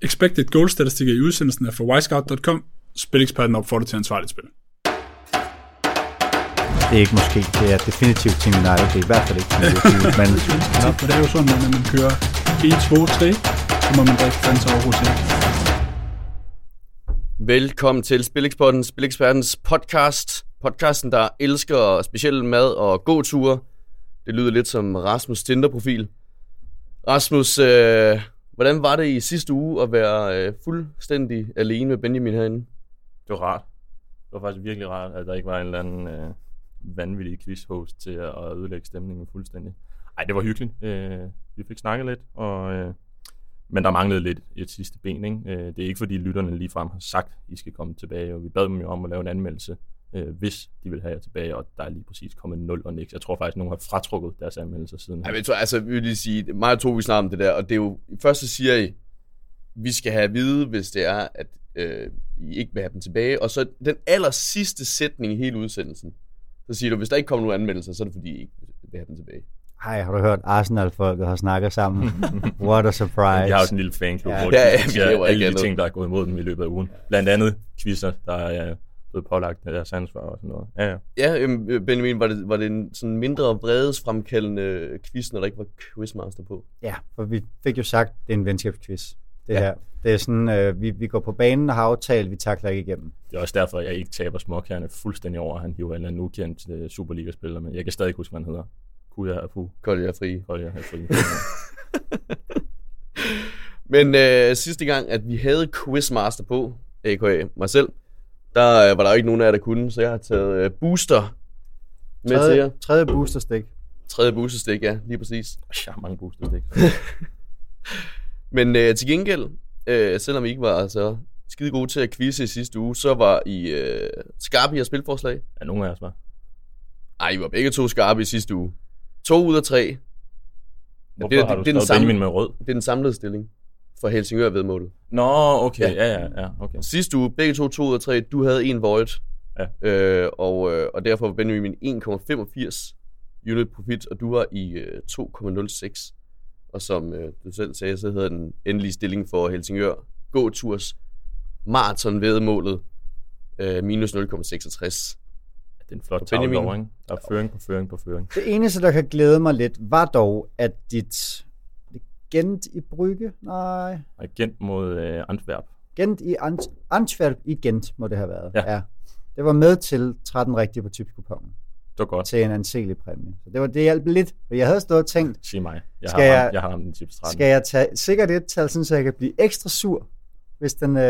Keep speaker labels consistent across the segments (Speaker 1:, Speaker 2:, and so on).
Speaker 1: expected goal-statistikker i udsendelsen er fra Wisecout.com. Spileksperten opfordrer til ansvarligt spil.
Speaker 2: Det er ikke måske, det er definitivt Team United, det er i hvert fald ikke Team United. Men
Speaker 1: det er jo sådan, at når man kører 1, 2, 3, så må man drikke fans over hotel.
Speaker 3: Velkommen til Spilekspertens podcast. Podcasten, der elsker speciel mad og gåture. Det lyder lidt som Rasmus' Tinder-profil. Rasmus, hvordan var det i sidste uge at være fuldstændig alene med Benjamin herinde?
Speaker 4: Det var rart. Det var faktisk virkelig rart, at der ikke var en eller anden vanvittig quiz-host til at ødelægge stemningen fuldstændig. Ej, det var hyggeligt. Vi fik snakket lidt, men der manglede lidt et sidste ben. Ikke? Det er ikke fordi lytterne ligefrem har sagt, at I skal komme tilbage, og vi bad dem jo om at lave en anmeldelse, hvis de vil have jer tilbage, og der er lige præcis kommet 0 og niks. Jeg tror faktisk, nogen har fratrukket deres anmeldelser siden.
Speaker 3: Ej, men jeg tror, altså, vi vil lige sige, mig og to, vi snakker om det der, og det er jo, først så siger I, vi skal have at vide, hvis det er, at I ikke vil have dem tilbage, og så den aller sidste sætning i hele udsendelsen, så siger du, hvis der ikke kommer nogen anmeldelser, så er det fordi, I ikke vil have dem tilbage.
Speaker 2: Hej, har du hørt, Arsenal-folket har snakket sammen? What a surprise.
Speaker 4: Jeg har jo sådan en lille fanklub, hvor alle de ting, der er gået imod dem i løbet af ugen. Blandt andet quizzer, der er blevet pålagt deres ansvar og sådan noget.
Speaker 3: Ja, Benjamin, var det en sådan mindre vredesfremkaldende quiz, når der ikke var quizmaster på?
Speaker 2: Ja, for vi fik jo sagt, det er en venskabsquiz. Det her. Det er sådan, vi går på banen og har aftalt, vi takler ikke igennem.
Speaker 4: Det er også derfor, jeg ikke taber småkærne fuldstændig over, at han hiver en eller anden ukendt Superliga-spiller, men jeg kan stadig huske, hvad han hedder. Kuja er fu.
Speaker 3: Kolja er fri.
Speaker 4: Kolja er fri.
Speaker 3: Men sidste gang, at vi havde quizmaster på, a.k.a. mig selv, der var der jo ikke nogen af jer, der kunne, så jeg har taget booster med til jer.
Speaker 2: Tredje boosterstik.
Speaker 3: Tredje boosterstik, ja, lige præcis.
Speaker 4: Ja, mange boosterstik.
Speaker 3: Men til gengæld, selvom I ikke var så skide gode til at quizze i sidste uge, så var I skarpe i at spille forslag.
Speaker 4: Ja, nogle af os var.
Speaker 3: Ej, I var begge to skarpe i sidste uge. 2 ud af 3.
Speaker 4: Hvorfor har du skrevet Benjamin med rød?
Speaker 3: Det er den samlede stilling for Helsingør vedmålet.
Speaker 4: Nå, okay. Ja, okay.
Speaker 3: Sidste uge, begge to 2 ud af 3. Du havde 1 void.
Speaker 4: Ja.
Speaker 3: Og derfor var Benjamin 1,85 unit profit, og du var i 2,06. Og som du selv sagde, så hedder den endelige stilling for Helsingør gåturs maraton vedmålet minus 0,66.
Speaker 4: Det er en flot tavle over, ikke? Der er føring på føring.
Speaker 2: Det eneste, der kan glæde mig lidt, var dog, at dit Gent i Brygge,
Speaker 4: Gent mod Antwerp.
Speaker 2: Gent i Antwerp i Gent, må det have været.
Speaker 4: Ja.
Speaker 2: Det var med til 13 rigtige på tipskupongen.
Speaker 4: Det var godt.
Speaker 2: Til en anselig præmie. Så det hjalp lidt, for jeg havde stået og tænkt,
Speaker 4: sig mig. Jeg har ramt en tips 13.
Speaker 2: Skal jeg tage sikkert et tal, så jeg kan blive ekstra sur, hvis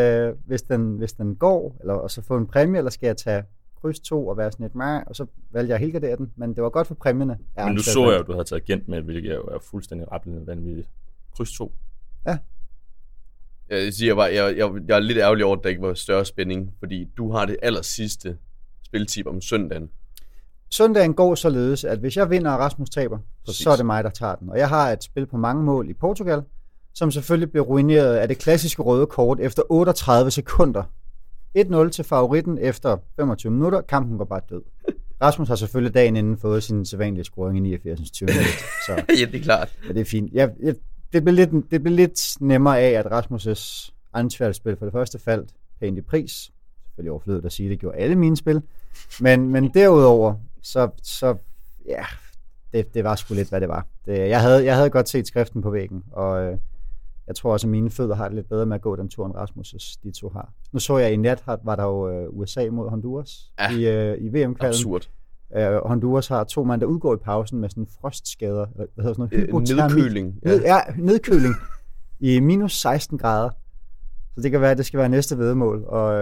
Speaker 2: den går, eller og så få en præmie, eller skal jeg tage kryds 2 og være sådan et og så valgte jeg at helgardere den, men det var godt for præmierne.
Speaker 4: Men nu så jeg, at du havde taget Gent med, hvilket jo er fuldstændig rappelende vanvittigt. Kryds 2.
Speaker 2: Ja.
Speaker 3: Jeg siger bare, jeg er lidt ærgerlig over, at der ikke var større spænding, fordi du har det aller sidste spiltip om søndagen.
Speaker 2: Søndagen går således, at hvis jeg vinder og Rasmus taber, så er det mig, der tager den. Og jeg har et spil på mange mål i Portugal, som selvfølgelig blev ruineret af det klassiske røde kort efter 38 sekunder. 1-0 til favoritten efter 25 minutter. Kampen går bare død. Rasmus har selvfølgelig dagen inden fået sin sædvanlige scoring i 89. 20 minutter. Så
Speaker 3: ja, det er klart.
Speaker 2: Ja, det er fint. Det blev lidt nemmere af, at Rasmus' Antwerp-spil for det første faldt pænt i pris. Selvfølgelig overflødigt at sige, det gjorde alle mine spil. Men derudover, så ja, det var sgu lidt, hvad det var. Jeg havde godt set skriften på væggen, og jeg tror også, at mine fødder har det lidt bedre med at gå den tur, end Rasmus' de to har. Nu så jeg i nat, var der jo USA mod Honduras i VM-kvalden.
Speaker 3: Absurd.
Speaker 2: Honduras har 2 mand, der udgår i pausen med sådan frostskader. Hvad hedder sådan noget?
Speaker 3: Nedkøling.
Speaker 2: Nedkøling i minus 16 grader. Så det kan være, at det skal være næste væddemål.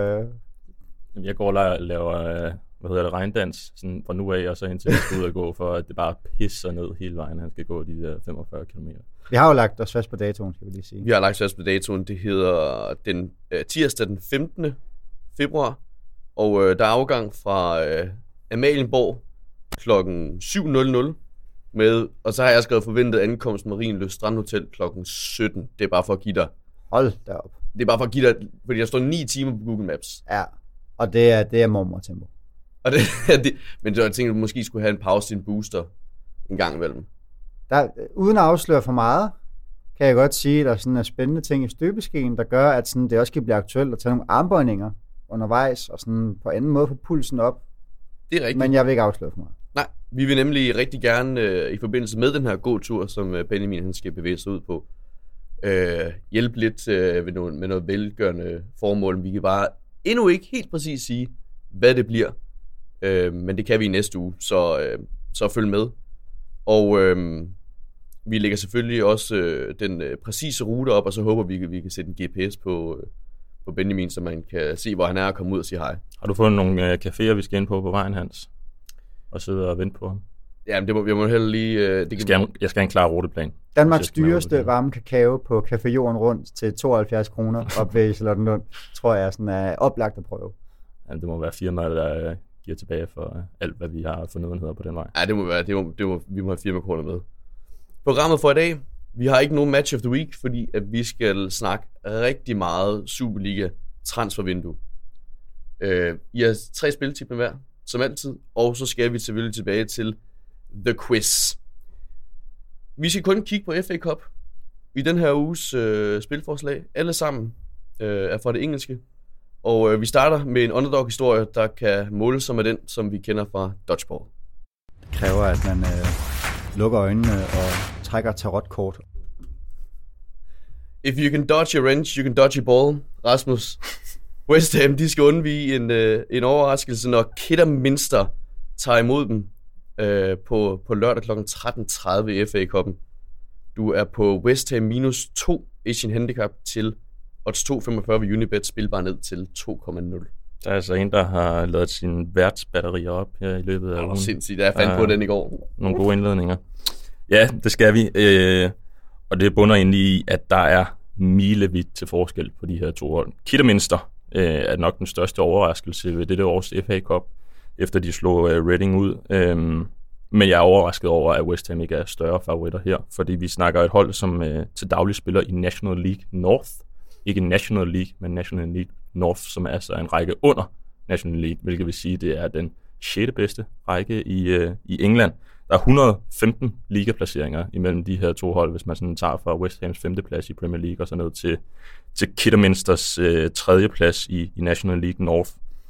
Speaker 4: Jeg går og laver regndans sådan fra nu af, og så indtil jeg skal ud og gå, for at det bare pisser ned hele vejen. Han skal gå de der 45 km.
Speaker 2: Vi har jo lagt os fast på datoen, skal vi lige sige.
Speaker 3: Vi har lagt os fast på datoen. Det hedder den tirsdag den 15. februar. Og der er afgang fra Amalienborg klokken 7.00 med, og så har jeg skrevet forventet ankomst Marienlyst Strandhotel klokken 17. Det er bare for at give dig.
Speaker 2: Hold da op.
Speaker 3: Det er bare for at give dig, fordi der står 9 timer på Google Maps.
Speaker 2: Ja, og det er mormor-tempo.
Speaker 3: Og men jeg tænkte, at du måske skulle have en pause til en booster en gang imellem.
Speaker 2: Uden at afsløre for meget, kan jeg godt sige, at der sådan er spændende ting i støbeskeen, der gør, at sådan, det også kan blive aktuelt at tage nogle armbøjninger undervejs, og sådan på anden måde få pulsen op.
Speaker 3: Det er rigtigt.
Speaker 2: Men jeg vil ikke afsløre for mig.
Speaker 3: Nej, vi vil nemlig rigtig gerne i forbindelse med den her gåtur, som Benjamin han skal bevæge sig ud på, hjælpe lidt med noget velgørende formål. Vi kan bare endnu ikke helt præcis sige, hvad det bliver, men det kan vi i næste uge, så følg med. Og vi lægger selvfølgelig også den præcise rute op, og så håber vi kan sætte en GPS på Benjamin, så man kan se, hvor han er og komme ud og sige hej.
Speaker 4: Har du fundet nogle caféer, vi skal ind på vejen, Hans? Og sidde og vente på ham?
Speaker 3: Jamen, vi må heller lige...
Speaker 4: Jeg skal have en klar ruteplan.
Speaker 2: Danmarks dyreste varme kakao på Café Jorden rundt til 72 kroner op ved Charlottenlund, tror jeg sådan er oplagt at prøve.
Speaker 4: Ja, det må være firmaet, der giver tilbage for alt, hvad vi har fornødenheder på den vej.
Speaker 3: Ja, det må være. Vi må have firmakroner med. Programmet for i dag. Vi har ikke nogen match of the week, fordi at vi skal snakke rigtig meget Superliga transfervindue. I har 3 spiltip med hver, som altid, og så skal vi selvfølgelig tilbage til The Quiz. Vi skal kun kigge på FA Cup i den her uges spilforslag. Alle sammen er fra det engelske. Og vi starter med en underdog-historie, der kan måle sig med den, som vi kender fra Dodgeball.
Speaker 2: Det kræver, at man lukker øjnene og trækker tarotkort.
Speaker 3: If you can dodge a wrench, you can dodge a ball. Rasmus, West Ham, de skal undvige en overraskelse, når Kidderminster tager imod dem på lørdag kl. 13.30 i FA Cup'en. Du er på West Ham -2 Asian Handicap til odds 2,45 ved Unibet, spilbar ned til 2,0.
Speaker 4: Der er altså en, der har lavet sine værtsbatterier op her i løbet af ugen.
Speaker 3: Sindssygt, jeg fandt på den i går.
Speaker 4: Nogle gode indledninger. Ja, det skal vi. Og det bunder egentlig i, at der er milevidt til forskel på de her 2 hold. Kidderminster er nok den største overraskelse ved dette års FA Cup, efter de slog Reading ud. Men jeg er overrasket over, at West Ham ikke er større favoritter her, fordi vi snakker et hold, som til daglig spiller i National League North. Ikke National League, men National League North, som er altså en række under National League, hvilket vil sige, det er den 6. bedste række i England. Der er 115 ligaplaceringer imellem de her 2 hold, hvis man sådan tager fra West Hams 5. plads i Premier League og så ned til Kidderminsters 3. plads i National League North.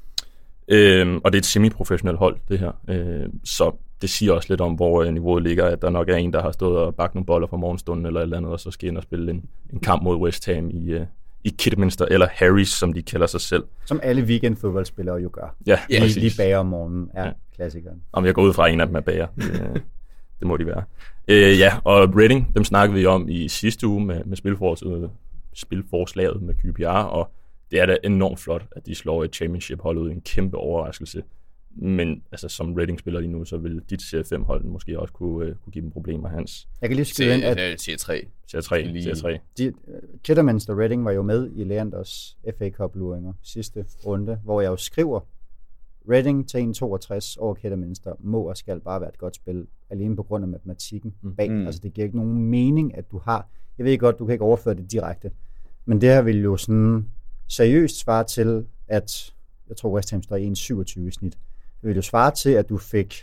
Speaker 4: Og det er et semi-professionelt hold, det her. Så det siger også lidt om, hvor niveauet ligger, at der nok er en, der har stået og bagt nogle boller fra morgenstunden eller et eller andet, og så skal ind og spille en kamp mod West Ham i Kidderminster, eller Harrys, som de kalder sig selv.
Speaker 2: Som alle weekendfodboldspillere jo gør.
Speaker 4: Ja,
Speaker 2: lige bager om morgenen er klassikeren.
Speaker 4: Om jeg går ud fra, en af dem er bager. Det må de være. Og Reading, dem snakkede vi om i sidste uge med spilforslaget med QPR, og det er da enormt flot, at de slår et championship-hold ud i en kæmpe overraskelse. Men altså, som Reading spiller lige nu, så vil dit Serie 5-hold måske også kunne give dem problemer, Hans.
Speaker 2: Jeg kan lige skrive ind, at
Speaker 3: Serie 3.
Speaker 2: Kidderminster Reading var jo med i Leanders FA Cup-luringer sidste runde, hvor jeg jo skriver, Reading til 1,62 over Kidderminster må og skal bare være et godt spil, alene på grund af matematikken bag. Altså det giver ikke nogen mening, at du har... Jeg ved godt, du kan ikke overføre det direkte, men det her vil jo sådan seriøst svare til, at jeg tror West Ham står i 1,27 i snit. Det vil jo svare til, at du fik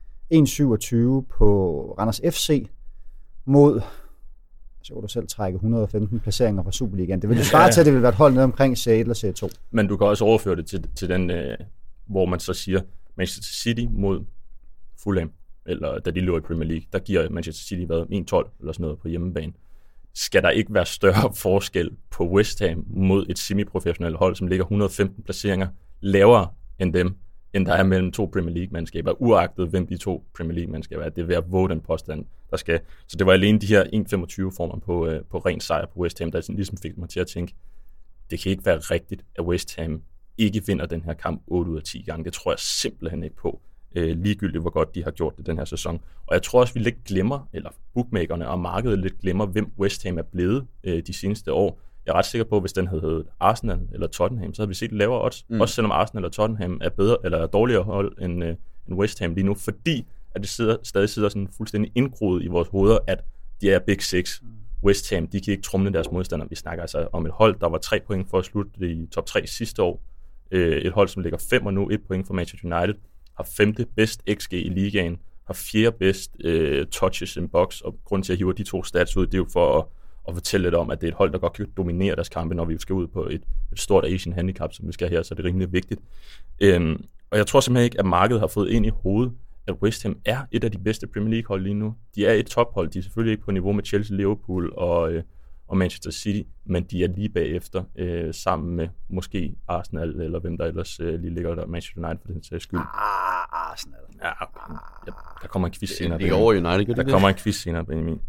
Speaker 2: 1,27 på Randers FC mod, så kan du selv trække 115 placeringer fra Superligaen. Det vil jo svare til, at det vil være et hold ned omkring Serie 1 eller Serie 2.
Speaker 4: Men du kan også overføre det til den, hvor man så siger, Manchester City mod Fulham, eller da de lå i Premier League, der giver Manchester City 1,12 eller sådan noget på hjemmebane. Skal der ikke være større forskel på West Ham mod et semi-professionelt hold, som ligger 115 placeringer lavere end dem, end der er mellem 2 Premier League-mandskaber, uagtet hvem de 2 Premier League-mandskaber er? Det er ved at våge den påstand, der skal. Så det var alene de her 1,25 former på ren sejr på West Ham, der ligesom fik mig til at tænke, det kan ikke være rigtigt, at West Ham ikke vinder den her kamp 8 ud af 10 gange. Det tror jeg simpelthen ikke på. Ligegyldigt hvor godt de har gjort det den her sæson. Og jeg tror også, vi lidt glemmer, eller bookmakerne og markedet lidt glemmer, hvem West Ham er blevet de seneste år. Jeg er ret sikker på, at hvis den havde heddet Arsenal eller Tottenham, så havde vi set lavere odds. Også selvom Arsenal eller Tottenham er bedre eller dårligere hold end West Ham lige nu, fordi at det stadig sidder sådan fuldstændig indgroet i vores hoveder, at de er Big Six. West Ham, de kan ikke trumle deres modstandere. Vi snakker altså om et hold, der var 3 point for at slutte i top 3 sidste år. Et hold, som ligger 5 og nu 1 point for Manchester United, har 5. bedst XG i ligaen, har 4. bedst touches in box, og grunden til at hive de 2 stats ud, det er jo for og fortælle lidt om, at det er et hold, der godt kan dominere deres kampe, når vi skal ud på et stort Asian handicap, som vi skal her, så det er rimelig vigtigt. Og jeg tror simpelthen ikke, at markedet har fået ind i hovedet, at West Ham er et af de bedste Premier League-hold lige nu. De er et tophold. De er selvfølgelig ikke på niveau med Chelsea, Liverpool og Manchester City, men de er lige bagefter, sammen med måske Arsenal, eller hvem der ellers lige ligger der, Manchester United for den sags skyld.
Speaker 2: Arsenal.
Speaker 4: Ja, der kommer en quiz senere.
Speaker 3: Det er over United,
Speaker 4: der kommer en quiz senere, Benjamin.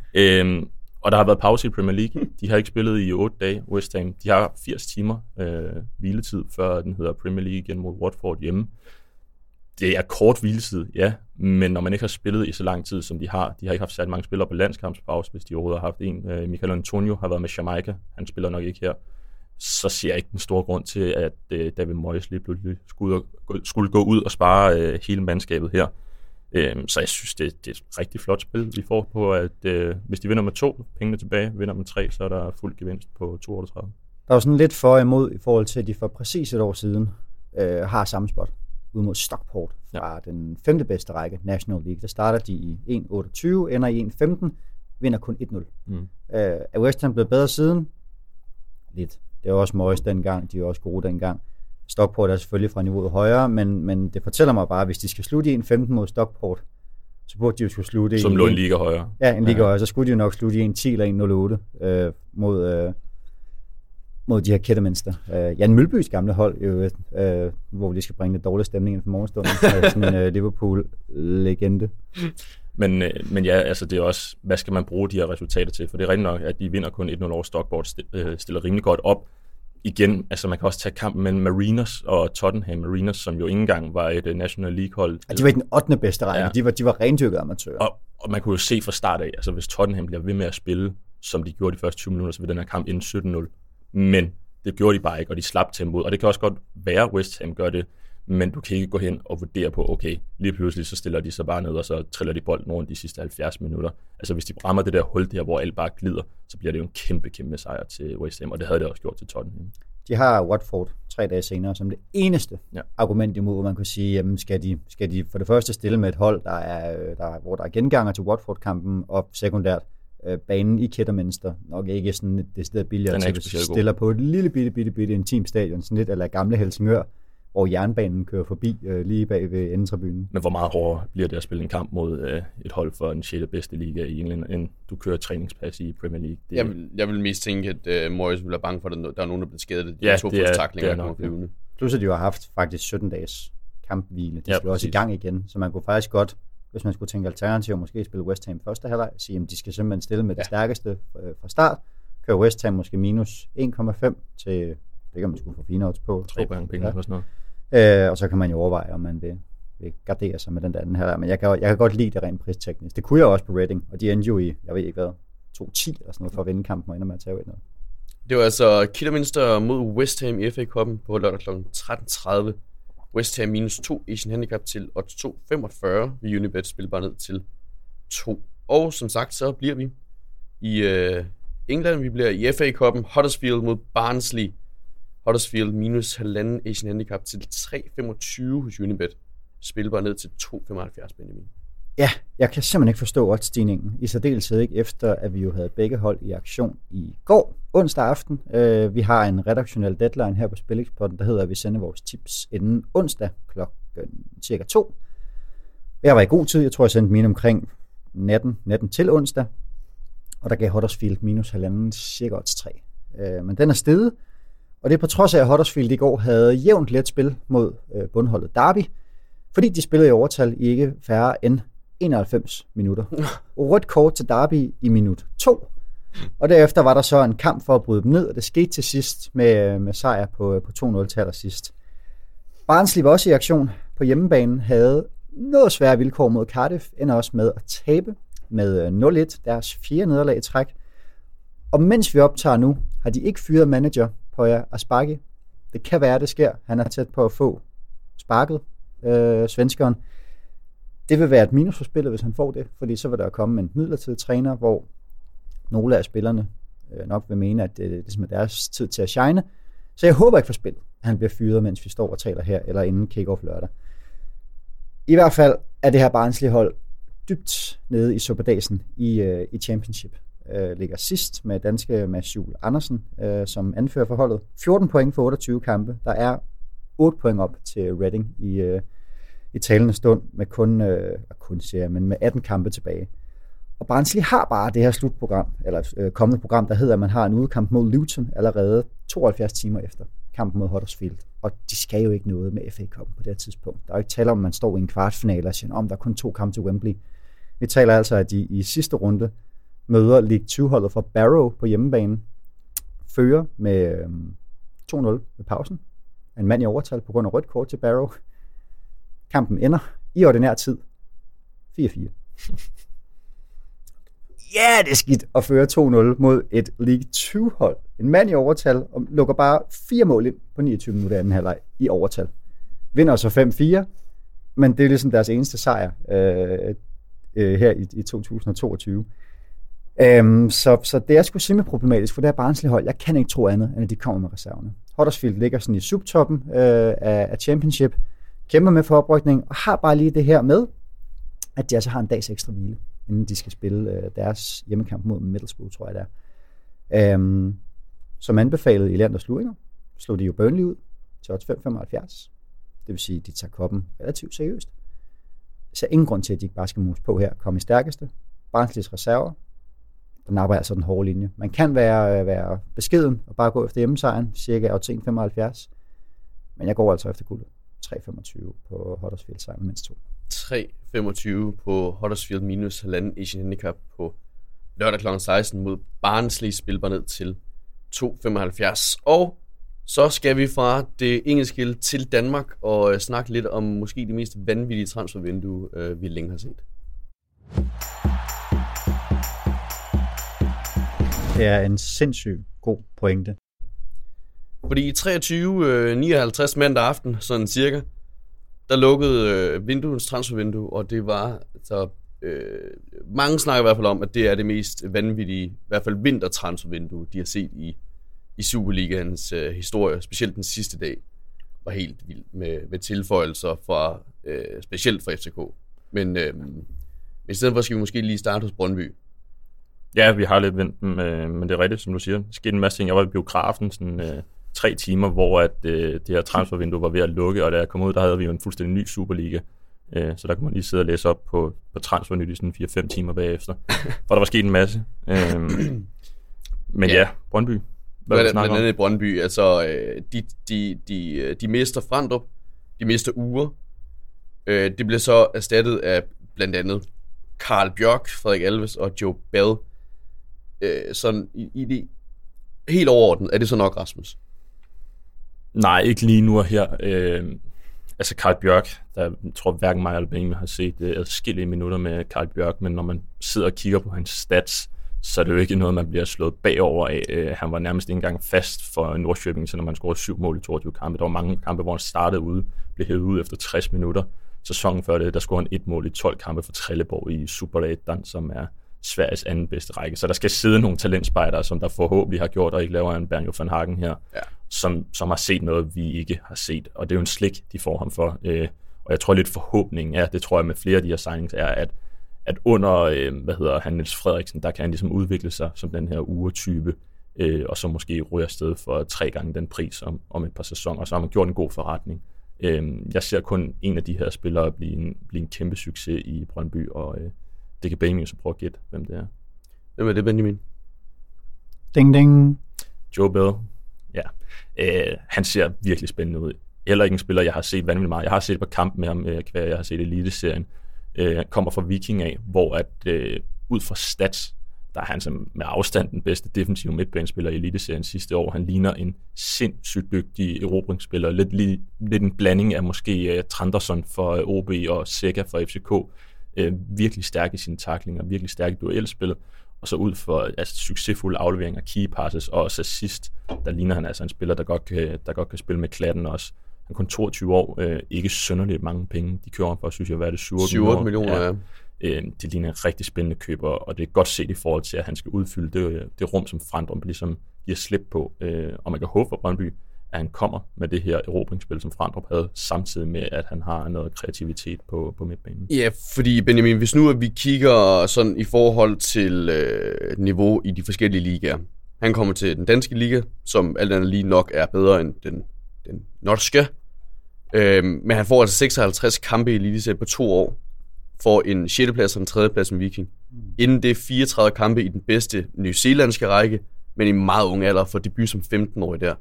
Speaker 4: Og der har været pause i Premier League. De har ikke spillet i 8 dage, West Ham. De har 80 timer hviletid, før den hedder Premier League igen mod Watford hjemme. Det er kort hviletid, ja, men når man ikke har spillet i så lang tid, som de har ikke haft særlig mange spillere på landskampspause, hvis de overhovedet har haft en. Michael Antonio har været med Jamaica, han spiller nok ikke her. Så ser jeg ikke den store grund til, at David Moyes lige pludselig skulle gå ud og spare hele mandskabet her. Så jeg synes, det er et rigtig flot spil, vi får på, at hvis de vinder med 2, pengene tilbage, vinder med 3, så er der fuld gevinst på 32.
Speaker 2: Der var sådan lidt for imod i forhold til, at de for præcis et år siden har samme spot ud mod Stockport fra den 5. bedste række, National League. Der starter de i 1.28, ender i 1.15, vinder kun 1-0. Er West Ham blevet bedre siden? Lidt. Det var også Moyes dengang, de er også gode dengang. Stockport er selvfølgelig fra niveauet højere, men det fortæller mig bare, at hvis de skal slutte i 1.15 mod Stockport, så burde de jo skulle slutte
Speaker 4: som lå en liga højere.
Speaker 2: Ja, en liga højere. Så skulle de jo nok slutte i 1.10 eller 1.08 mod de her Kidderminster. Jan Mølbys gamle hold, hvor de skal bringe lidt dårlig stemning ind for morgenstunden. Sådan en Liverpool-legende.
Speaker 4: Men ja, altså det er også, hvad skal man bruge de her resultater til? For det er rigtig nok, at de vinder kun 1-0 over Stockport, stiller rimelig godt op. Igen, altså man kan også tage kampen mellem Mariners og Tottenham. Mariners, som jo ikke engang var et National League-hold.
Speaker 2: Ja, de var i den 8. bedste række. Ja. De var rendyrkede amatører.
Speaker 4: Og man kunne jo se fra start af, altså hvis Tottenham bliver ved med at spille, som de gjorde de første 20 minutter, så vil den her kamp ende 17-0. Men det gjorde de bare ikke, og de slap tempoet. Og det kan også godt være, at West Ham gør det, men du kan ikke gå hen og vurdere på, okay, lige pludselig så stiller de sig bare ned, og så triller de bolden rundt de sidste 70 minutter. Altså hvis de rammer det der hul der, hvor alt bare glider, så bliver det jo en kæmpe sejr til West Ham, og det havde det også gjort til Tottenham.
Speaker 2: De har Watford 3 dage senere som det eneste argument imod, hvor man kunne sige, jamen skal de for det første stille med et hold, hvor der er genganger til Watford-kampen, og sekundært banen i Kidderminster, nok ikke sådan det sted billigere til, hvis de stiller på et lille bitte intimt stadion, sådan lidt eller gamle Helsingør, hvor jernbanen kører forbi lige bag ved endetribunen.
Speaker 4: Men hvor meget hårdere bliver det at spille en kamp mod et hold for den 6. bedste liga i England, end du kører træningspas i Premier League?
Speaker 3: Jeg vil mest tænke, at Moyes vil være bange for, at der er nogen, der bliver skadet. De 2 fodstaklinger, der kommer flyvende.
Speaker 2: Plus at de har haft faktisk 17 dages kamphvile. De skal også i gang igen, så man kunne faktisk godt, hvis man skulle tænke alternativ, måske spille West Ham første halvleg, sige, at de skal simpelthen stille med det stærkeste fra start. Kører West Ham måske minus 1,5 til, det kan man sgu få fine odds på.
Speaker 4: 3 gange penge eller sådan noget.
Speaker 2: Og så kan man jo overveje, om man vil gardere sig med den anden her. Men jeg kan godt lide det rent pristeknisk. Det kunne jeg også på Reading, og de endte jo i, jeg ved ikke hvad, 2-10 eller sådan noget for at vinde kampen og ender med at tage 1-0.
Speaker 3: Det var altså Kidderminster mod West Ham i FA Cup'en på lørdag kl. 13.30. West Ham minus 2 Asian handicap til odds 2,45 ved Unibet, spiller bare ned til 2. Og som sagt, så bliver vi i England. Vi bliver i FA Cup'en Huddersfield mod Barnsley. Huddersfield minus 1,5 Asian handicap til 3,25 hos Unibet. Spiller bare ned til 2,75, Benjamin.
Speaker 2: Ja, jeg kan simpelthen ikke forstå oddstigningen. I særdeleshed ikke efter, at vi jo havde begge hold i aktion i går, onsdag aften. Vi har en redaktionel deadline her på Spilexporten, der hedder, at vi sender vores tips inden onsdag klokken cirka 2. Jeg var i god tid. Jeg tror, jeg sendte mine omkring natten til onsdag. Og der gav Huddersfield minus 1,5 cirka odds 3. Men den er steget. Og det er på trods af, at Huddersfield i går havde jævnt let spil mod bundholdet Derby, fordi de spillede i overtal i ikke færre end 91 minutter. Rødt kort til Derby i minut 2, og derefter var der så en kamp for at bryde dem ned, og det skete til sidst med sejr på 2-0 til allersidst. Barnsley var også i aktion på hjemmebanen, havde noget svære vilkår mod Cardiff, ender også med at tabe med 0-1, deres 4. nederlag i træk. Og mens vi optager nu, har de ikke fyret manager Poya Asbaghi. Det kan være, det sker. Han er tæt på at få sparket, svenskeren. Det vil være et minus for spillet, hvis han får det, fordi så vil der komme en midlertidig træner, hvor nogle af spillerne nok vil mene, at det er deres tid til at shine. Så jeg håber ikke for spillet, at han bliver fyret, mens vi står og taler her, eller inden kick-off lørdag. I hvert fald er det her Barnsley-hold dybt nede i suppedasen i Championship. ligger sidst med danske Mads Juhl Andersen som anfører for holdet. 14 point for 28 kampe. Der er 8 point op til Reading i talende stund med 18 kampe tilbage. Og Barnsley har bare det her slutprogram, eller kommende program, der hedder, at man har en udekamp mod Luton allerede 72 timer efter kampen mod Huddersfield. Og de skal jo ikke noget med FA Cup på det her tidspunkt. Der er jo ikke tale om, at man står i en kvartfinale og siger, der er kun 2 kampe til Wembley. Vi taler altså, at de i sidste runde møder League 2-holdet fra Barrow på hjemmebane, fører med 2-0 ved pausen. En mand i overtal på grund af rødt kort til Barrow. Kampen ender i ordinær tid 4-4. Ja, det er skidt at føre 2-0 mod et League 2-hold. En mand i overtal og lukker bare 4 mål ind på 29 minutter anden halvleg i overtal. Vinder så 5-4, men det er ligesom deres eneste sejr her i 2022. Så det er sgu simpelthen problematisk, for det er Barnsley-hold. Jeg kan ikke tro andet, end at de kommer med reserverne. Huddersfield ligger sådan i subtoppen af Championship, kæmper med for oprykning, og har bare lige det her med, at de altså har en dags ekstra hvile, inden de skal spille deres hjemmekamp mod Middlesbrough, tror jeg det er. Som anbefalet i Leanders Luringer, slog de jo Burnley ud til odds 5,75. Det vil sige, at de tager koppen relativt seriøst. Så ingen grund til, at de ikke bare skal mose på her. Komme i stærkeste. Barnsleys reserver. Der napper altså den hårde linje. Man kan være beskeden og bare gå efter hjemmesejren, cirka odds 1,75. Men jeg går altså efter guldet. 3,25 på Huddersfield sejr med mindst 2.
Speaker 3: 3,25 på Huddersfield minus 1,5 Asian Handicap på lørdag kl. 16 mod Barnsley, spilbar ned til 2,75. Og så skal vi fra det engelske til Danmark og snakke lidt om måske det mest vanvittige transfervindue, vi længe har set.
Speaker 2: Det er en sindssygt god pointe.
Speaker 3: Fordi 23:59 mandag aften, sådan cirka, der lukkede vinduens transfervindue, og det var så mange snakker i hvert fald om, at det er det mest vanvittige, i hvert fald vintertransfervindue, de har set i Superligaens historie, specielt den sidste dag, var helt vild med tilføjelser fra specielt fra FCK. Men i stedet for skal vi måske lige starte hos Brøndby.
Speaker 4: Ja, vi har lidt vendt, men det er rigtigt, som du siger. Der skete en masse ting. Jeg var i biografen sådan 3 timer, hvor at, det her transfervindue var ved at lukke, og da jeg kom ud, der havde vi jo en fuldstændig ny Superliga. Så der kunne man lige sidde og læse op på Transfernyt i sådan 4-5 timer bagefter. For der var sket en masse. Men ja, Brøndby.
Speaker 3: Hvad blandt andet i Brøndby, altså de mister Frandrup, de mister Ure. Det blev så erstattet af blandt andet Carl Bjørk, Frederik Alves og Joe Bell. Sådan i det helt overordnet, er det så nok, Rasmus?
Speaker 4: Nej, ikke lige nu og her. Altså Carl Bjørk, der tror hverken mig eller Benjamin har set adskillige minutter med Carl Bjørk, men når man sidder og kigger på hans stats, så er det jo ikke noget, man bliver slået bagover af. Han var nærmest ikke engang fast for Nordsjøbing, så når man scorede 7 mål i 22 kampe. Der var mange kampe, hvor han startede ude, blev hævet ud efter 60 minutter. Sæsonen før det, der scorede han 1 mål i 12 kampe for Trelleborg i Superettan, som er Sveriges anden bedste række. Så der skal sidde nogle talentspejdere, som der forhåbentlig har gjort, og ikke laver en Bernjo van Hagen her, ja, som har set noget, vi ikke har set. Og det er jo en slik, de får ham for. Og jeg tror lidt forhåbningen er, det tror jeg med flere af de her signings, er, at under, Niels Frederiksen, der kan han ligesom udvikle sig som den her uretype, og så måske ryge afsted for 3 gange den pris om et par sæsoner, og så har man gjort en god forretning. Jeg ser kun en af de her spillere blive en kæmpe succes i Brøndby, og det kan Benjamin så prøve at gætte, hvem det er.
Speaker 3: Hvem er det, Benjamin?
Speaker 2: Ding, ding.
Speaker 4: Joe Bell. Ja. Han ser virkelig spændende ud. Heller ikke en spiller, jeg har set vanvittigt meget. Jeg har set på kamp med ham, jeg har set Eliteserien. Han kommer fra Viking af, hvor at ud fra stats, der er han som med afstand den bedste defensive midtbanespiller i Eliteserien sidste år. Han ligner en sindssygt dygtig erobringsspiller. Lidt en blanding af måske Tranderson for OB og Seca for FCK. Virkelig stærk i sine tacklinger, virkelig stærk i duelspillet. Og så ud for succesfulde afleveringer, key passes og også assist, der ligner han altså en spiller, der godt kan spille med klatten også. Han er kun 22 år, ikke synderligt mange penge. De kører ham for, synes jeg, hvad er det, 7-8
Speaker 3: millioner, ja.
Speaker 4: Det ligner en rigtig spændende køber, og det er godt set i forhold til, at han skal udfylde det rum, som Frandrup ligesom giver slip på. Og man kan håbe for Brøndby, at at han kommer med det her erobringsspil, som Frandrup havde, samtidig med, at han har noget kreativitet på midtbanen.
Speaker 3: Ja, fordi Benjamin, hvis nu at vi kigger sådan i forhold til niveau i de forskellige ligaer. Han kommer til den danske liga, som alt andet lige nok er bedre end den norske. Men han får altså 56 kampe i Eliteserien på 2 år. For en 6. plads og en 3. plads med Viking. Inden det 34 kampe i den bedste nyzeelandske række, men i meget ung alder for debut som 15-årig der.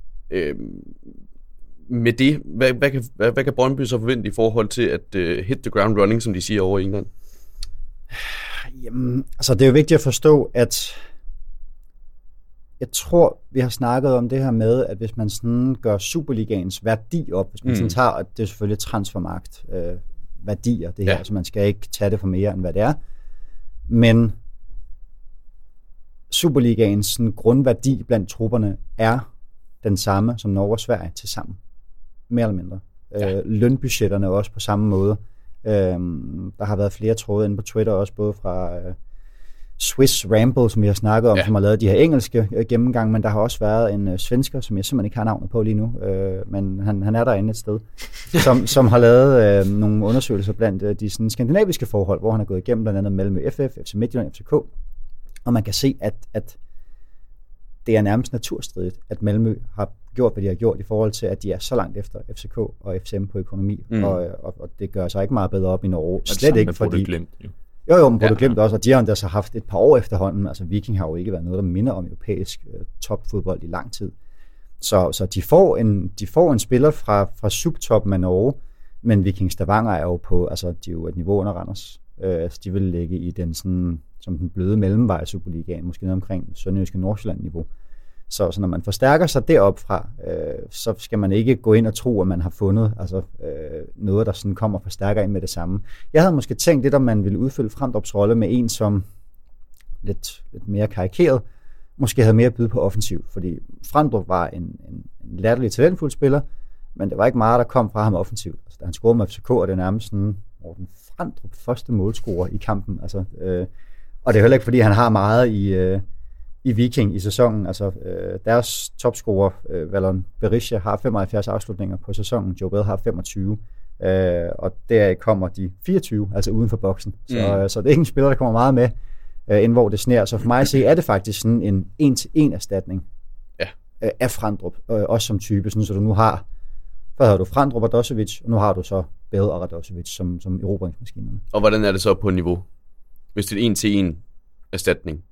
Speaker 3: Med det, hvad kan Brøndby så forvente i forhold til at hit the ground running, som de siger over i England?
Speaker 2: Jamen, altså det er jo vigtigt at forstå, at jeg tror, vi har snakket om det her med, at hvis man sådan gør Superligaens værdi op, hvis man sådan tager, at det er selvfølgelig transfermarkt værdier, det her, så man skal ikke tage det for mere, end hvad det er. Men Superligaens sådan, grundværdi blandt trupperne er den samme som Norge og Sverige til sammen. Mere eller mindre. Lønbudgetterne også på samme måde. Der har været flere tråde inde på Twitter også, både fra Swiss Ramble, som vi har snakket om, som har lavet de her engelske gennemgang, men der har også været en svensker, som jeg simpelthen ikke har navnet på lige nu, men han er derinde et sted, som har lavet nogle undersøgelser blandt de sådan, skandinaviske forhold, hvor han har gået igennem blandt andet Malmö FF, FC Midtjylland, FCK, og man kan se, at det er nærmest naturstridigt, at Malmö har gjort, hvad de har gjort i forhold til, at de er så langt efter FCK og FCM på økonomi, og det gør sig ikke meget bedre op i Norge. Slet ikke, fordi... Jo, men Bordeaux glemt også, og de har endda så haft et par år efterhånden. Altså Viking har jo ikke været noget, der minder om europæisk topfodbold i lang tid. Så de får en spiller fra subtoppen af Norge, men Viking Stavanger er jo på, altså de er jo et niveau under Randers. Altså de vil ligge i den sådan, som den bløde mellemvej i Superligaen, måske noget omkring sønderjyske Nordsjælland-niveau. Så når man forstærker sig deroppe fra, så skal man ikke gå ind og tro, at man har fundet noget, der sådan kommer og forstærker ind med det samme. Jeg havde måske tænkt lidt, om man ville udfylde Frandrups rolle med en, som lidt mere karikeret, måske havde mere at byde på offensiv, fordi Frandrup var en latterlig talentfuld spiller, men det var ikke meget, der kom fra ham offensivt. Altså, da han scorede med FCK, og det er nærmest sådan, den Frandrup første målscorer i kampen. Altså, og det er heller ikke, fordi han har meget i Viking i sæsonen. Altså, deres topscorer, Valon Berisha, har 75 afslutninger på sæsonen. Joe Bell har 25. Og der kommer de 24, altså uden for boksen. Så det er ikke en spiller, der kommer meget med, end hvor det sner. Så for mig at se, er det faktisk sådan en 1-til-1 erstatning af Frandrup, også som type. Sådan, så du nu har, hvad har du, Frandrup og Radosevic, og nu har du så Bell og Radosevic som erobringsmaskinerne.
Speaker 3: Og hvordan er det så på niveau? Hvis det er en til en erstatning?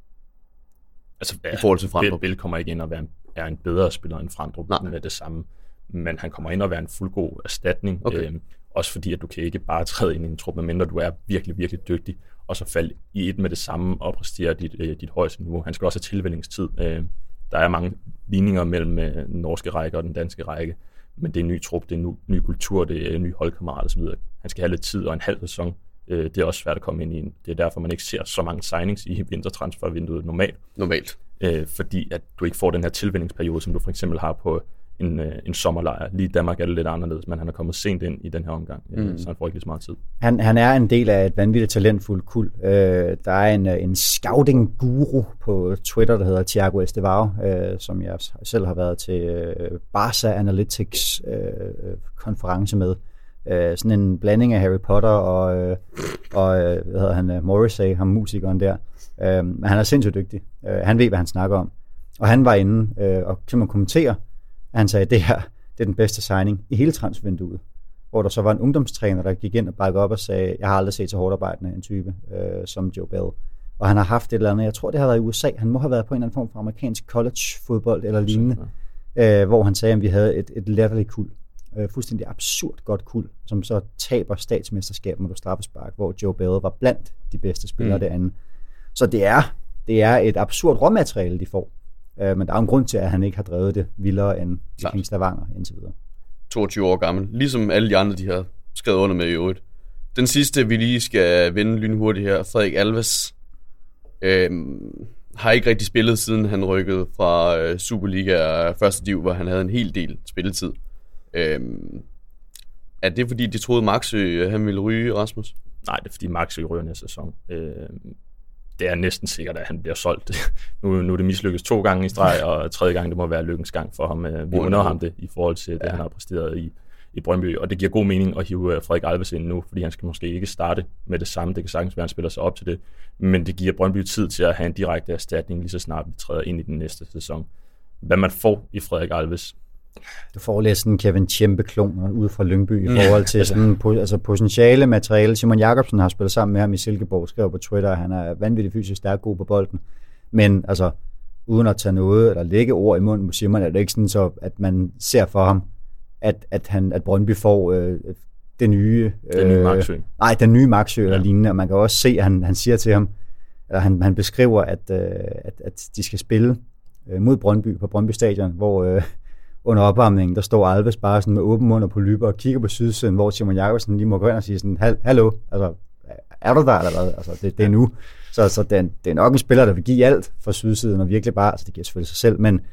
Speaker 4: Altså,
Speaker 3: i forhold til Frandrup.
Speaker 4: Bell kommer ikke ind og er en bedre spiller end Frandrup med det samme. Men han kommer ind og være en fuldgod erstatning. Okay. Også fordi, at du kan ikke bare træde ind i en trup, medmindre du er virkelig, virkelig dygtig, og så falde i et med det samme og præstere dit højeste niveau. Han skal også have tilvældingstid. Der er mange ligninger mellem den norske række og den danske række, men det er en ny trup, det er en ny kultur, det er en ny holdkammerat osv. Han skal have lidt tid og en halv sæson. Det er også svært at komme ind i. Det er derfor, man ikke ser så mange signings i vintertransfervinduet normalt. Fordi at du ikke får den her tilvændingsperiode, som du for eksempel har på en sommerlejr. Lige i Danmark er det lidt anderledes, men han er kommet sent ind i den her omgang, så han får ikke lige så meget tid.
Speaker 2: Han er en del af et vanvittigt talentfuldt kuld. Der er en scouting-guru på Twitter, der hedder Thiago Estevao, som jeg selv har været til Barca Analytics konference med. Sådan en blanding af Harry Potter og hvad hedder han, Morrissey, ham musikeren der. Men han er sindssygt dygtig. Han ved, hvad han snakker om. Og han var inde og simpelthen kommentere, at han sagde, at det her det er den bedste signing i hele transfervinduet. Hvor der så var en ungdomstræner, der gik ind og bakkede op og sagde, jeg har aldrig set så hårdt arbejdende en type som Joe Bell. Og han har haft et eller andet, jeg tror det har været i USA, han må have været på en eller anden form for amerikansk college-fodbold eller lignende, hvor han sagde, at vi havde et latterligt kuld. Fuldstændig absurd godt kuld, som så taber statsmesterskabet med straffespark, hvor Joe Bell var blandt de bedste spillere derinde. Så det er et absurd råmateriale, de får. Men der er en grund til, at han ikke har drevet det vildere end Viking Stavanger indtil videre.
Speaker 3: 22 år gammel. Ligesom alle de andre, de har skrevet under med i øvrigt. Den sidste, vi lige skal vende lynhurtigt her, Frederik Alves, har ikke rigtig spillet, siden han rykkede fra Superliga og første div, hvor han havde en hel del spilletid. Er det fordi, de troede Maxø, han ville ryge, Rasmus?
Speaker 4: Nej, det er fordi Maxø ryger næste sæson. det er næsten sikkert, at han bliver solgt. Nu er det mislykkedes 2 gange i streg, og 3. gang, det må være lykkens gang for ham. Vi under ham det i forhold til det, han har præsteret i Brøndby, og det giver god mening at hive Frederik Alves ind nu, fordi han skal måske ikke starte med det samme. Det kan sagtens være, han spiller sig op til det, men det giver Brøndby tid til at have en direkte erstatning, lige så snart vi træder ind i den næste sæson. Hvad man får i Frederik Alves.
Speaker 2: Du får lidt sådan Kevin Tjempe-kloner ude fra Lyngby i forhold til sådan, potentiale materiale. Simon Jakobsen har spillet sammen med ham i Silkeborg, skrev på Twitter, at han er vanvittigt fysisk stærk, god på bolden. Men altså, uden at tage noget eller lægge ord i munden på Simon, er det ikke sådan så, at man ser for ham, at Brøndby får det nye
Speaker 4: Maxø.
Speaker 2: Den nye Maxø eller lignende. Og man kan også se, at han siger til ham, eller han beskriver, at de skal spille mod Brøndby på Brøndby Stadion, hvor under opvarmningen, der står Alves bare sådan med åben mund og polypper og kigger på sydsiden, hvor Simon Jakobsen lige må gå ind og sige sådan, hallo, altså, er du der eller hvad? Altså, det er nu. Så det er nok en spiller, der vil give alt for sydsiden, og virkelig bare, altså det giver selvfølgelig sig selv, men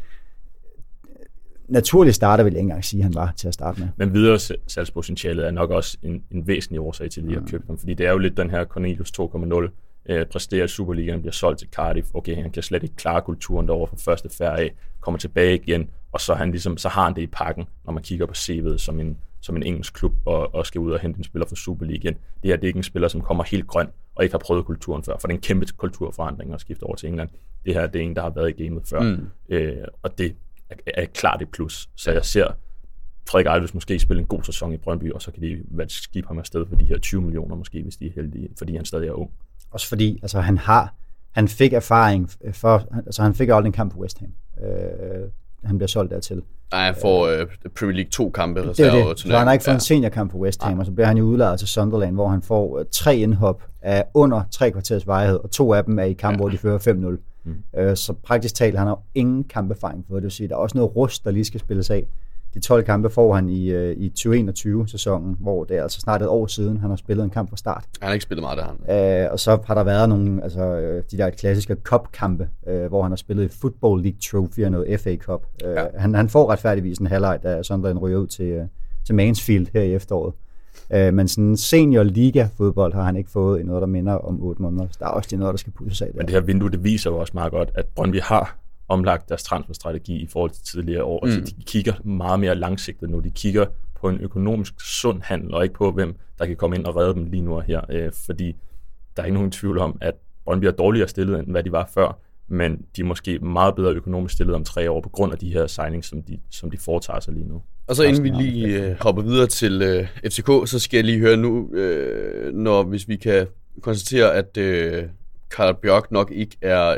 Speaker 2: naturlig starter vil jeg ikke engang sige, at han var til at starte med.
Speaker 4: Men videre salgspotentialet er nok også en væsentlig årsag til, at de har købt ham, fordi det er jo lidt den her Cornelius 2.0, præsterer i Superligaen, bliver solgt til Cardiff, okay, han kan slet ikke klare kulturen derovre fra første færd af, kommer tilbage igen, og så har han det i pakken, når man kigger på CV'et som en engelsk klub, og skal ud og hente en spiller fra Superligaen. Det her, det er ikke en spiller, som kommer helt grøn, og ikke har prøvet kulturen før, for det er en kæmpe kulturforandring at skifte over til England. Det her, det er en, der har været i gamet før, og det er klart et plus. Så jeg ser Frederik Alves måske spille en god sæson i Brøndby, og så kan de skifte ham afsted for de her 20 millioner måske, hvis de er heldige, fordi han stadig er ung.
Speaker 2: Også fordi, altså han fik erfaring han fik aldrig en kamp for West Ham. Han bliver solgt dertil.
Speaker 3: Nej, han får Premier League 2 kampe.
Speaker 2: Så han har ikke fået en seniorkamp for West Ham, og så bliver han jo udlejet til Sunderland, hvor han får 3 indhop af under 3 kvarters varighed, og 2 af dem er i kamp, hvor de fører 5-0. Så praktisk talt, han har ingen kamperfaring for det. Det vil sige, der er også noget rust, der lige skal spilles af. De 12 kampe får han i 2021-sæsonen, hvor det er altså snart et år siden, han har spillet en kamp fra start.
Speaker 3: Han har ikke spillet meget af ham.
Speaker 2: Og så har der været nogle, de der klassiske cup-kampe, hvor han har spillet i Football League Trophy og noget FA Cup. Han får retfærdigvis en halvleg, da Sunderland ryger ud til Mansfield her i efteråret. Men sådan senior liga-fodbold har han ikke fået i noget, der minder om 8 måneder. Der er også noget, der skal pusses af der.
Speaker 4: Men det her vindue, det viser jo også meget godt, at Brøndby har omlagt deres transferstrategi i forhold til tidligere år. Altså, de kigger meget mere langsigtet nu. De kigger på en økonomisk sund handel, og ikke på, hvem der kan komme ind og redde dem lige nu og her. Fordi der er ikke nogen tvivl om, at Brøndby er dårligere stillet, end hvad de var før, men de er måske meget bedre økonomisk stillet om 3 år, på grund af de her signings, som de foretager sig lige nu.
Speaker 3: Og så inden vi lige hopper videre til FCK, så skal jeg lige høre nu, hvis vi kan konstatere, at Carl Bjørk nok ikke er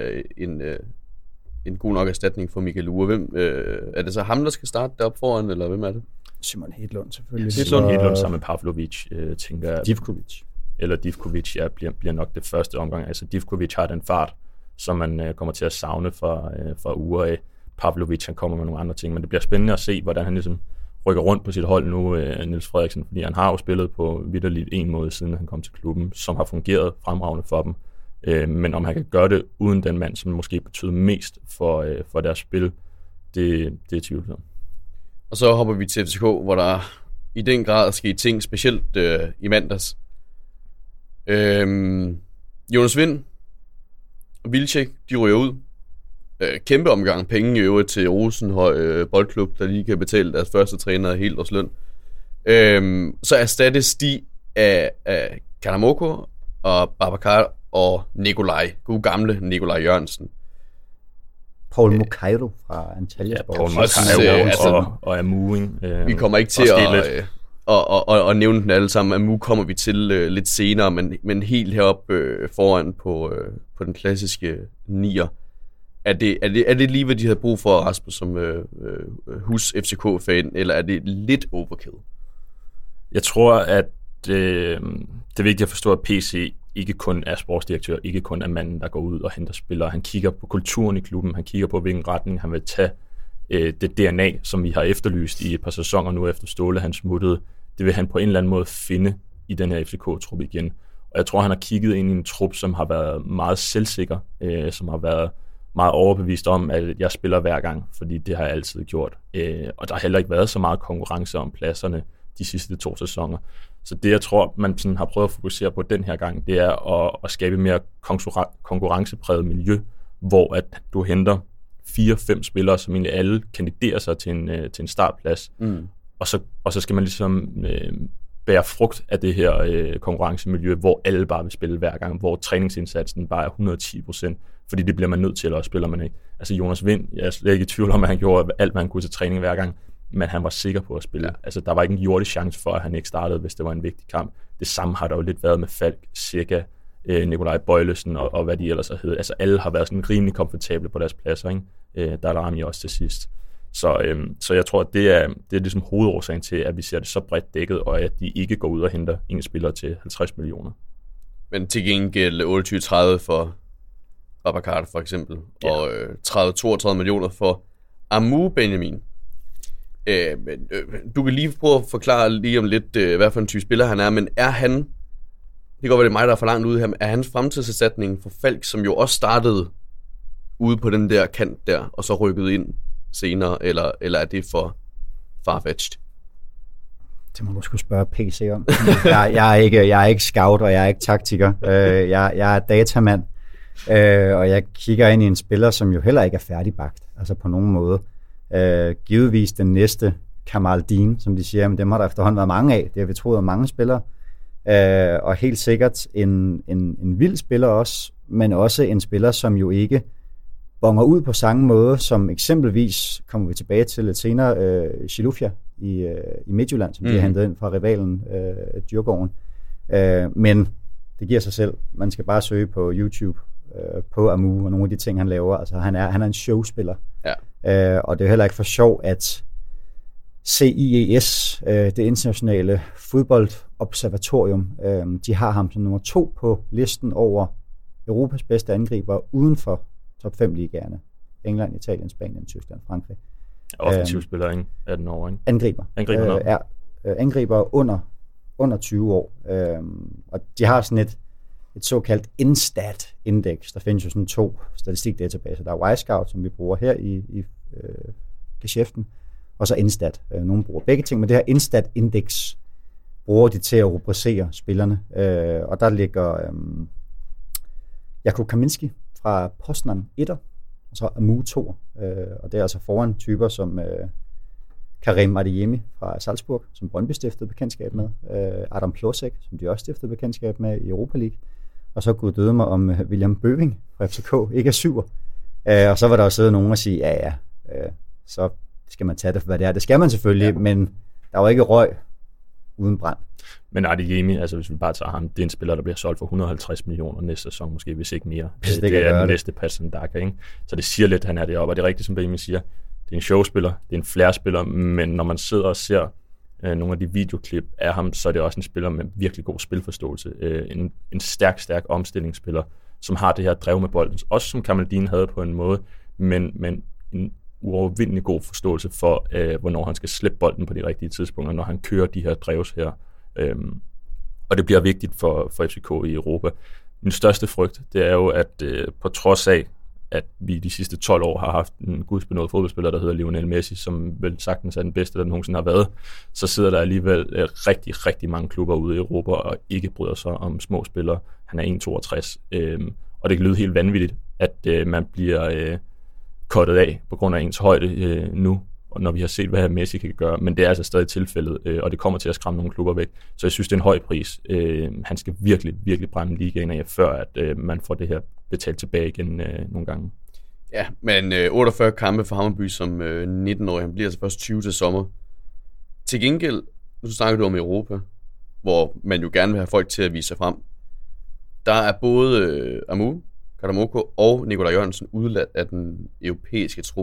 Speaker 3: en god nok erstatning for Michael Uhre. Hvem er det så ham, der skal starte deroppe foran, eller hvem er det?
Speaker 2: Simon Hedlund selvfølgelig.
Speaker 4: Simon Hedlund sammen med Pavlovic, tænker jeg.
Speaker 2: Divkovic.
Speaker 4: Eller Divkovic, bliver nok det første omgang. Altså Divkovic har den fart, som man kommer til at savne fra Uhre af. Pavlovic, han kommer med nogle andre ting, men det bliver spændende at se, hvordan han ligesom rykker rundt på sit hold nu, Niels Frederiksen, fordi han har jo spillet på vitterligt en måde, siden han kom til klubben, som har fungeret fremragende for dem. Men om han kan gøre det uden den mand, som måske betyder mest for deres spil, det er tvivlsomt.
Speaker 3: Og så hopper vi til FCK, hvor der i den grad er sket ting, specielt i mandags. Jonas Vind og Wilczek, de ryger ud. Kæmpe omgang penge i øvrigt til Rosenhøj Boldklub, der lige kan betale deres første træner helt års løn. Så erstattes de af Kanamoko og Babacar og Nikolaj, god gamle Nikolaj Jørgensen.
Speaker 2: Paul Mukairo fra Antalya Sport.
Speaker 4: Paul Mukairo og Amu.
Speaker 3: Vi kommer ikke til at nævne den alle sammen. Amu kommer vi til lidt senere, men helt heroppe foran på den klassiske 9'er. Er det lige, hvad de havde brug for, Rasmus, som hus FCK-fan, eller er det lidt overkill?
Speaker 4: Jeg tror, at det er vigtigt at forstå, at PC ikke kun er sportsdirektør, ikke kun er manden, der går ud og henter spillere. Han kigger på kulturen i klubben, han kigger på, hvilken retning han vil tage. Det DNA, som vi har efterlyst i et par sæsoner nu efter Ståle, han smuttede, det vil han på en eller anden måde finde i den her FCK-trup igen. Og jeg tror, han har kigget ind i en trup, som har været meget selvsikker, som har været meget overbevist om, at jeg spiller hver gang, fordi det har jeg altid gjort. Og der har heller ikke været så meget konkurrence om pladserne de sidste 2 sæsoner. Så det, jeg tror, man sådan har prøvet at fokusere på den her gang, det er at skabe mere konkurrencepræget miljø, hvor at du henter 4-5 spillere, som egentlig alle kandiderer sig til en startplads. Og så skal man ligesom bære frugt af det her konkurrencemiljø, hvor alle bare vil spille hver gang, hvor træningsindsatsen bare er 110%, fordi det bliver man nødt til, og spiller man ikke. Altså Jonas Vind, jeg er slet ikke i tvivl om, at han gjorde alt, hvad han kunne til træning hver gang, men han var sikker på at spille. Ja. Altså der var ikke en jordisk chance for, at han ikke startede, hvis det var en vigtig kamp. Det samme har der jo lidt været med Falk, Sikker, Nikolaj Bøjlesen og hvad de ellers har heddet. Altså alle har været sådan rimelig komfortable på deres pladser, ikke? Der er Rami også til sidst. Så jeg tror, at det er ligesom hovedårsagen til, at vi ser det så bredt dækket, og at de ikke går ud og henter ingen spillere til 50 millioner.
Speaker 3: Men til gengæld 28-30 for Babacar for eksempel, ja. Og 30-32 millioner for Amu Benjamin. Du kan lige prøve at forklare lige om lidt, hvad for en type spiller han er, men er han, det kan godt være, det er mig, der er for langt ude her, er hans fremtidserstatning for Falk, som jo også startede ude på den der kant der, og så rykkede ind senere, eller er det for farfetched?
Speaker 2: Det må du skulle spørge PC om. Jeg er ikke scout, og jeg er ikke taktiker. Jeg er datamand, og jeg kigger ind i en spiller, som jo heller ikke er færdigbagt, altså på nogen måde. Givetvis den næste Kamaldeen, som de siger, men dem har der efterhånden været mange af. Det har vi troet af mange spillere. Og helt sikkert en vild spiller også, men også en spiller, som jo ikke bonger ud på samme måde, som eksempelvis, kommer vi tilbage til lidt senere, Chilufya i Midtjylland, som de har hentet ind fra rivalen Djurgården. Men det giver sig selv. Man skal bare søge på YouTube på Amu og nogle af de ting, han laver. Altså, han er en showspiller. Ja. Og det er heller ikke for sjov, at CIES, det internationale fodboldobservatorium, de har ham som nummer 2 på listen over Europas bedste angriber uden for top 5 ligaerne. England, Italien, Spanien, Tyskland, Frankrig.
Speaker 4: Offensiv spiller, ikke? 18 år, ikke?
Speaker 2: Angriber. Angriber under 20 år. Og de har sådan et såkaldt Instat-indeks. Der findes jo sådan 2 statistikdatabaser. Der er Y-Scout, som vi bruger her i geschæften, og så Instat. Nogle bruger begge ting, men det her Instat-indeks bruger de til at rubricere spillerne. Og der ligger Jakub Kaminski fra Poznan 1'er, og så Amu 2'er. Og det er altså foran typer som Karim Adeyemi fra Salzburg, som Brøndby stiftede bekendtskab med. Adam Plosek, som de også stiftede bekendtskab med i Europa League. Og så kunne døde mig om William Bøving fra FCK, ikke er 7'er. Og så var der også siddet nogen og sige, så skal man tage det for, hvad det er. Det skal man selvfølgelig, men der var ikke røg uden brand. Men
Speaker 4: Adeyemi, altså hvis vi bare tager ham, det er en spiller, der bliver solgt for 150 millioner næste sæson, måske hvis ikke mere. Det er den næste Patson Daka, ikke? Så det siger lidt, han er deroppe, og det er rigtigt, som Benjamin siger. Det er en showspiller, det er en flairspiller, men når man sidder og ser nogle af de videoklip af ham, så er det også en spiller med virkelig god spilforståelse. En stærk omstillingsspiller, som har det her drev med bolden, også som Kamaldeen havde på en måde, men en uovervindelig god forståelse for, hvornår han skal slippe bolden på de rigtige tidspunkter, når han kører de her drevs her. Og det bliver vigtigt for FCK i Europa. Min største frygt, det er jo, at på trods af, at vi de sidste 12 år har haft en gudsbenået fodboldspiller, der hedder Lionel Messi, som vel sagtens er den bedste, der nogensinde har været, så sidder der alligevel rigtig mange klubber ude i Europa, og ikke bryder sig om små spillere. Han er 1,62, og det kan lyde helt vanvittigt, at man bliver kottet af på grund af ens højde nu, og når vi har set, hvad Messi kan gøre, men det er altså stadig tilfældet, og det kommer til at skræmme nogle klubber væk. Så jeg synes, det er en høj pris. Han skal virkelig brænde ligaen af, før at man får det her betalt tilbage igen nogle gange.
Speaker 3: Ja, men 48 kampe for Hammarby som 19-årig. Han bliver altså først 20 til sommer. Til gengæld, nu snakker du om Europa, hvor man jo gerne vil have folk til at vise sig frem. Der er både Amu, Karamoko og Nikolaj Jørgensen udladt af den europæiske trup.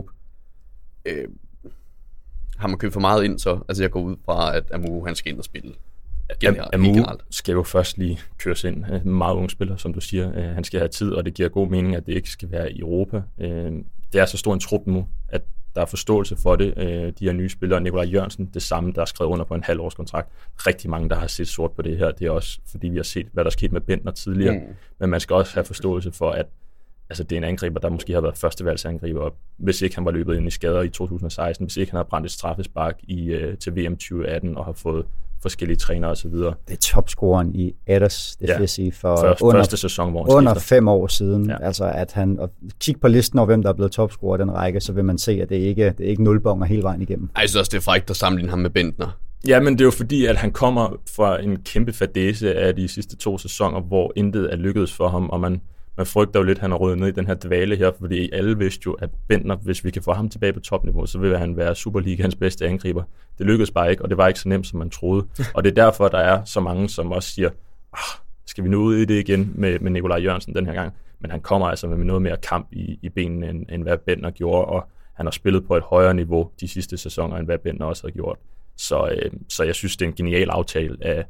Speaker 3: Har man købt for meget ind, så altså jeg går ud fra, at Amu han skal ind og spille.
Speaker 4: Amu skal jo først lige køres ind. En meget ung spiller, som du siger. Han skal have tid, og det giver god mening, at det ikke skal være i Europa. Det er så stor en trup nu, at der er forståelse for det. De her nye spillere, Nikolaj Jørgensen, det samme, der er skrevet under på en halvårskontrakt. Rigtig mange, der har set sort på det her. Det er også, fordi vi har set, hvad der skete med Bentner tidligere. Men man skal også have forståelse for, at altså, det er en angriber, der måske har været førstevalgsangriber, hvis ikke han var løbet ind i skader i 2016, hvis ikke han har brændt et straffespark til VM 2018 og har fået forskellige trænere osv.
Speaker 2: Det er topscoren i Adders, det vil jeg sige, for
Speaker 4: første sæson, hvor
Speaker 2: under 5 år siden.
Speaker 4: Ja.
Speaker 2: Altså, at han kigge på listen over, hvem der er blevet topscorer i den række, så vil man se, at det ikke er nulbonger hele vejen igennem.
Speaker 3: Jeg synes også, det er frækt at sammenligne ham med Bentner.
Speaker 4: Ja, men det er jo fordi, at han kommer fra en kæmpe fadese af de sidste 2 sæsoner, hvor intet er lykkedes for ham, og man frygter jo lidt, at han er røget ned i den her dvale her, fordi alle vidste jo, at Bentner, hvis vi kan få ham tilbage på topniveau, så vil han være Superligans bedste angriber. Det lykkedes bare ikke, og det var ikke så nemt, som man troede. Og det er derfor, der er så mange, som også siger, skal vi nu ud i det igen med Nikolaj Jørgensen den her gang? Men han kommer altså med noget mere kamp i benene, end hvad Bentner gjorde, og han har spillet på et højere niveau de sidste sæsoner, end hvad Bentner også har gjort. Så jeg synes, det er en genial aftale af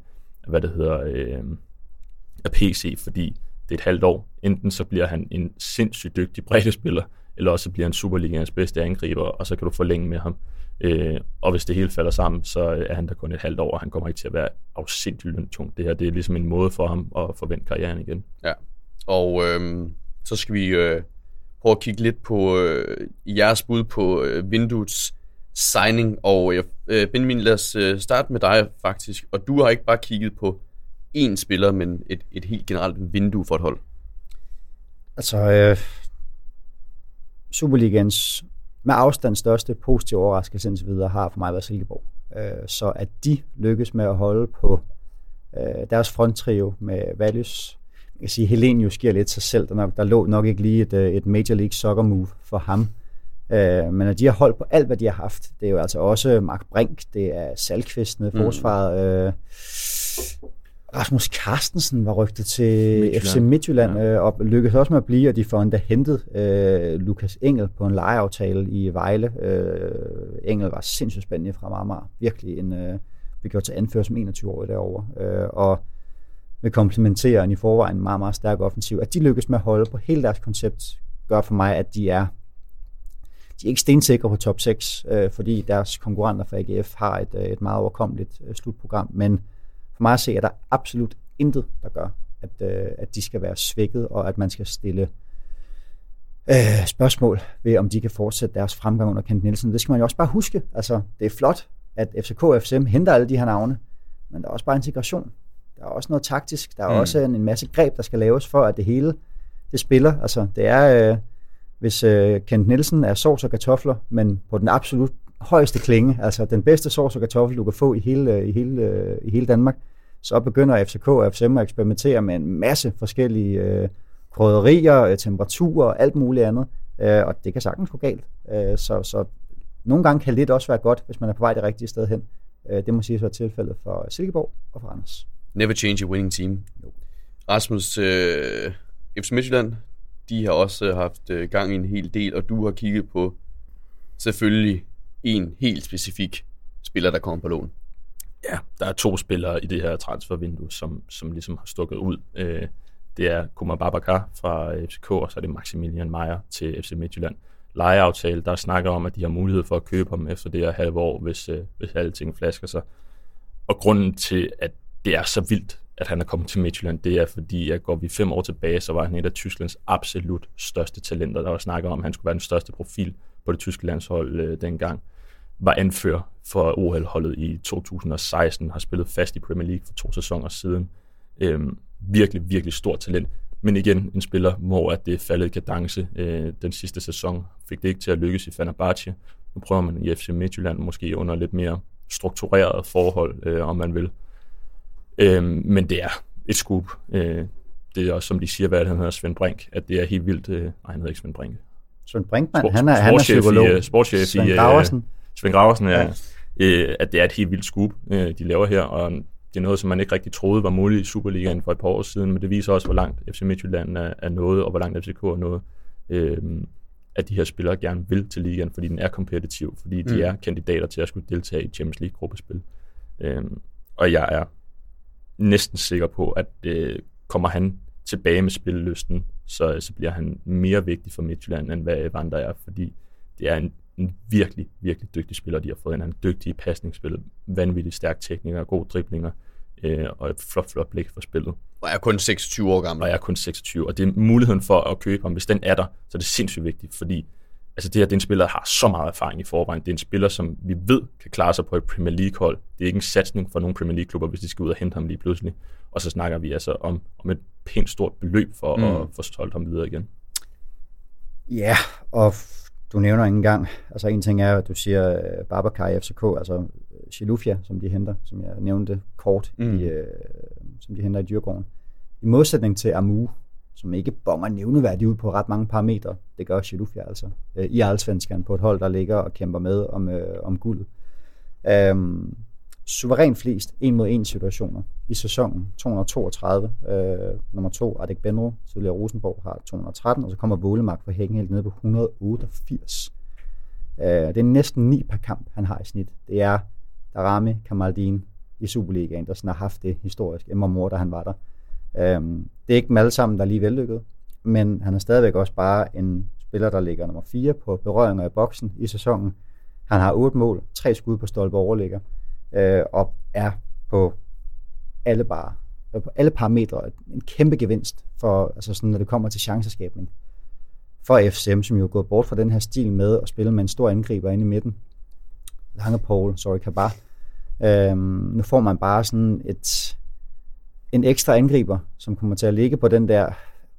Speaker 4: PC, fordi det er et halvt år. Enten så bliver han en sindssygt dygtig breddespiller, eller også bliver han Superligans bedste angriber, og så kan du forlænge med ham. Og hvis det hele falder sammen, så er han der kun et halvt år, og han kommer ikke til at være afsindigt løntung. Det her, det er ligesom en måde for ham at forvente karrieren igen. Ja,
Speaker 3: og så skal vi prøve at kigge lidt på jeres bud på vinduets signing, og Benjamin, lad os starte med dig faktisk, og du har ikke bare kigget på én spiller, men et helt generelt vindue for et hold.
Speaker 2: Altså, Superligans med afstand største positive overraskelse indtil videre har for mig været Silkeborg. Så at de lykkes med at holde på deres fronttrio med Valius. Jeg kan sige, Helenius giver lidt sig selv. Der lå nok ikke lige et Major League Soccer move for ham. Men at de har holdt på alt, hvad de har haft. Det er jo altså også Mark Brink, det er Salkvist nede i forsvaret. Rasmus Carstensen var rygtet til FC Midtjylland, og lykkedes også med at blive, og de får endda hentet Lukas Engel på en lejeaftale i Vejle. Engel var sindssygt spændende fra Marmar. Virkelig blev gjort til anfører som 21-årig derovre. Og vil komplementere en i forvejen meget, meget stærk offensiv. At de lykkes med at holde på hele deres koncept, gør for mig, at de er ikke stensikre på top 6, fordi deres konkurrenter fra AGF har et meget overkommeligt slutprogram, men for mig at se, at der absolut intet, der gør, at de skal være svækket, og at man skal stille spørgsmål ved, om de kan fortsætte deres fremgang under Kent Nielsen. Det skal man jo også bare huske. Altså, det er flot, at FCK og FCM henter alle de her navne, men der er også bare integration. Der er også noget taktisk. Der er også en masse greb, der skal laves for, at det hele det spiller. Altså, det er, hvis Kent Nielsen er sovs og kartofler, men på den absolut højeste klinge, altså den bedste sovs og kartoffel, du kan få i hele Danmark, så begynder FCK og FCM at eksperimentere med en masse forskellige krydderier, temperaturer og alt muligt andet, og det kan sagtens gå galt. Så nogle gange kan lidt også være godt, hvis man er på vej det rigtige sted hen. Det må siges være tilfældet for Silkeborg og for Randers.
Speaker 3: Never change a winning team. No. Rasmus, FC Midtjylland, de har også haft gang i en hel del, og du har kigget på selvfølgelig en helt specifik spiller, der kommer på lån.
Speaker 4: Ja, der er 2 spillere i det her transfervindue, som ligesom har stukket ud. Det er Kumar Babacar fra FCK, og så er det Maximilian Meyer til FC Midtjylland. Lejeaftale, der snakker om, at de har mulighed for at købe ham efter det her halve år, hvis alle ting flasker sig. Og grunden til, at det er så vildt, at han er kommet til Midtjylland, det er fordi, at går vi 5 år tilbage, så var han et af Tysklands absolut største talenter. Der var snakket om, at han skulle være den største profil på det tyske landshold dengang. Var anfører for OL-holdet i 2016, har spillet fast i Premier League for 2 sæsoner siden. Virkelig, virkelig stort talent. Men igen, en spiller, hvor at det faldet i kadence den sidste sæson. Fik det ikke til at lykkes i Fenerbahce. Nu prøver man i FC Midtjylland måske under lidt mere struktureret forhold, om man vil. Men det er et scoop. Det er også, som de siger, hvad han hedder, Svend Brink, at det er helt vildt. Nej, han hedder ikke Svend Brink.
Speaker 2: Svend Brinkmann, han er psykolog.
Speaker 4: Sportschef
Speaker 2: Svend Graversen.
Speaker 4: Svend Graversen, ja. At det er et helt vildt scoop, de laver her, og det er noget, som man ikke rigtig troede var muligt i Superligaen for et par år siden, men det viser også, hvor langt FC Midtjylland er nået, og hvor langt FCK er nået, at de her spillere gerne vil til ligaen, fordi den er kompetitiv, fordi de er kandidater til at skulle deltage i Champions League-gruppespil. Og jeg er næsten sikker på, at kommer han tilbage med spillelysten, så bliver han mere vigtig for Midtjylland, end hvad Evander er, fordi det er en virkelig, virkelig dygtig spiller, de har fået ind. Han er dygtig i pasningsspil, vanvittigt stærk tekniker, gode driblinger, og et flot blik for spillet.
Speaker 3: Og er kun 26 år gammel.
Speaker 4: Og er kun 26, og det er muligheden for at købe ham. Hvis den er der, så er det sindssygt vigtigt, fordi Altså det her, det er en spiller, der har så meget erfaring i forvejen. Det er en spiller, som vi ved kan klare sig på et Premier League-hold. Det er ikke en satsning for nogle Premier League-klubber, hvis de skal ud og hente ham lige pludselig. Og så snakker vi altså om et pænt stort beløb for at få solgt ham videre igen.
Speaker 2: Ja, og du nævner ikke engang, altså en ting er, at du siger Babacar i FCK, altså Chilufya, som de henter, som jeg nævnte kort, som de henter i Djurgården. I modsætning til Amu, som ikke bonger nævneværdigt ud på ret mange parametre, det gør Chilufya altså, i Allsvenskan på et hold, der ligger og kæmper med om guldet. Suveræn flest 1-mod-1 situationer i sæsonen, 232. Nummer 2, Adek Benro, tidligere Rosenborg, har 213, og så kommer Vålemark fra Hækken helt ned på 188. Det er næsten 9 per kamp, han har i snit. Det er Darami Kamaldeen i Superligaen, der sådan har haft det historisk, Emma da han var der. Det er ikke dem alle sammen, der er lige vellykket, men han er stadigvæk også bare en spiller, der ligger nummer 4 på berøringer i boksen i sæsonen. Han har 8 mål, 3 skud på stolpe overligger, og er på alle parametre en kæmpe gevinst for, altså sådan, når det kommer til chanceskabning for FCM, som jo er gået bort fra den her stil med at spille med en stor angriber inde i midten. Kabar. Nu får man bare sådan en ekstra angriber, som kommer til at ligge på den der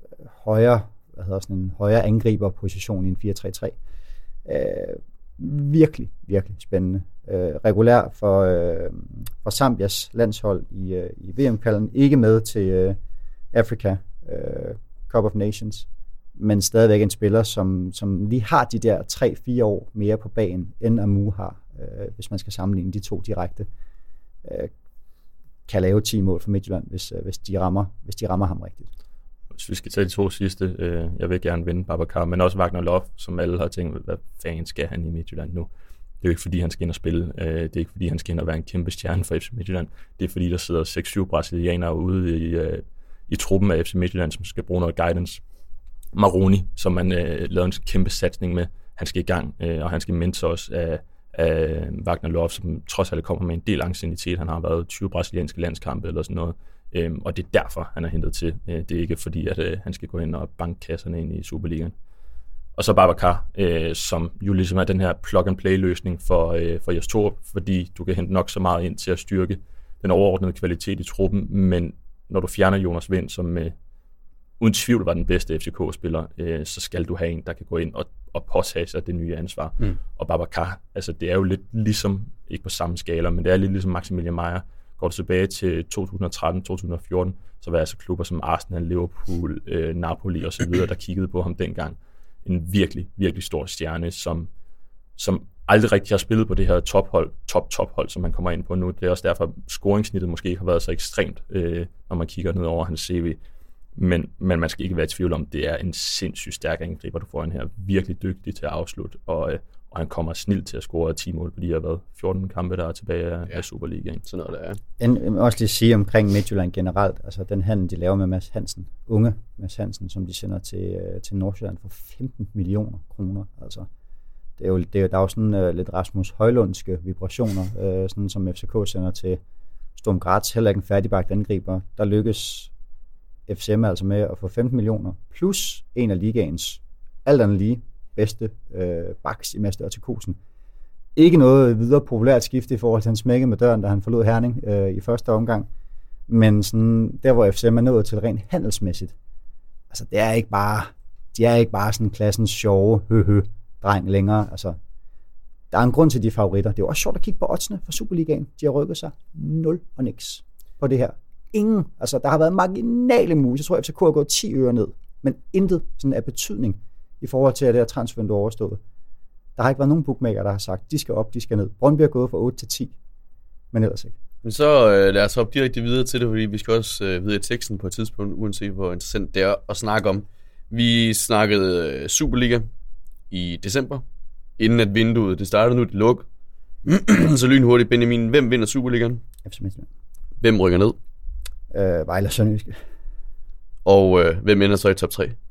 Speaker 2: højere angriberposition i en 4-3-3. Virkelig, virkelig spændende. Regulær for Zambias landshold i VM-kalden. Ikke med til Africa Cup of Nations, men stadigvæk en spiller, som lige har de der 3-4 år mere på bagen, end Amu har, hvis man skal sammenligne de to direkte. Kan lave 10 mål for Midtjylland, hvis de rammer ham rigtigt.
Speaker 4: Hvis vi skal tage de 2 sidste, jeg vil gerne vinde Babacar, men også Wagner Love, som alle har tænkt, hvad fanden skal han i Midtjylland nu? Det er jo ikke fordi, han skal ind og spille. Det er ikke fordi, han skal ind og være en kæmpe stjerne for FC Midtjylland. Det er fordi, der sidder 6-7 brasilianere ude i truppen af FC Midtjylland, som skal bruge noget guidance. Maroni, som man lavede en kæmpe satsning med, han skal i gang, og han skal mentors af Wagner Love, som trods alt kommer med en del anciennitet. Han har været 20 brasilianske landskampe eller sådan noget. Og det er derfor, han er hentet til. Det er ikke fordi, at han skal gå ind og banke kasserne ind i Superligaen. Og så Babacar, som jo ligesom er den her plug-and-play-løsning for Jes Torup, fordi du kan hente nok så meget ind til at styrke den overordnede kvalitet i truppen, men når du fjerner Jonas Vind, som uden tvivl var den bedste FCK-spiller, så skal du have en, der kan gå ind og påtage sig det nye ansvar. Og Babacar, altså det er jo lidt ligesom, ikke på samme skala, men det er lidt ligesom Maximilian Meyer. Går du tilbage til 2013-2014, så var altså klubber som Arsenal, Liverpool, Napoli og så videre, der kiggede på ham dengang. En virkelig, virkelig stor stjerne, som aldrig rigtig har spillet på det her tophold, som man kommer ind på nu. Det er også derfor, scoringssnittet måske ikke har været så ekstremt, når man kigger ned over hans CV. Men man skal ikke være i tvivl om, det er en sindssygt stærk angriber, du får en her. Virkelig dygtig til at afslutte, og han kommer snilt til at score 10 mål på de her 14 kampe, der er tilbage af Superligaen.
Speaker 3: Sådan noget, der er.
Speaker 2: Jeg må også lige sige omkring Midtjylland generelt, altså den handel, de laver med Mads Hansen, unge Mads Hansen, som de sender til Nordsjælland for 15 millioner kroner. Altså, der er jo sådan lidt Rasmus Højlundske vibrationer, sådan som FCK sender til Sturm Graz, heller ikke en færdigbagt angriber. Der lykkes FCM altså med at få 15 millioner, plus en af ligaens alt andet lige bedste backs i Mads Ørtikosen. Ikke noget videre populært skifte i forhold til han smækkede med døren, da han forlod Herning i første omgang. Men sådan, der hvor FCM er nået til rent handelsmæssigt, altså de er ikke bare sådan klassens sjove dreng længere. Altså, der er en grund til de favoritter. Det er også sjovt at kigge på oddsene for Superligaen. De har rykket sig 0 og niks på det her. Ingen. Altså, der har været marginale moves. Jeg tror, at FCK har gået 10 øre ned, men intet sådan af betydning i forhold til, at det her transfervindue er overstået. Der har ikke været nogen bookmaker, der har sagt, de skal op, de skal ned. Brøndby er gået fra 8 til 10, men ellers ikke.
Speaker 3: Men så lad os hoppe direkte videre til det, fordi vi skal også videre i teksten på et tidspunkt, uanset hvor interessant det er at snakke om. Vi snakkede Superliga i december, inden at vinduet det startede nu, det lukker. Så lynhurtigt, Benjamin, hvem vinder Superligaen?
Speaker 2: FC Midtjylland.
Speaker 3: Hvem rykker ned?
Speaker 2: Vejle og Sønderjyske.
Speaker 3: Og hvem ender så i top 3?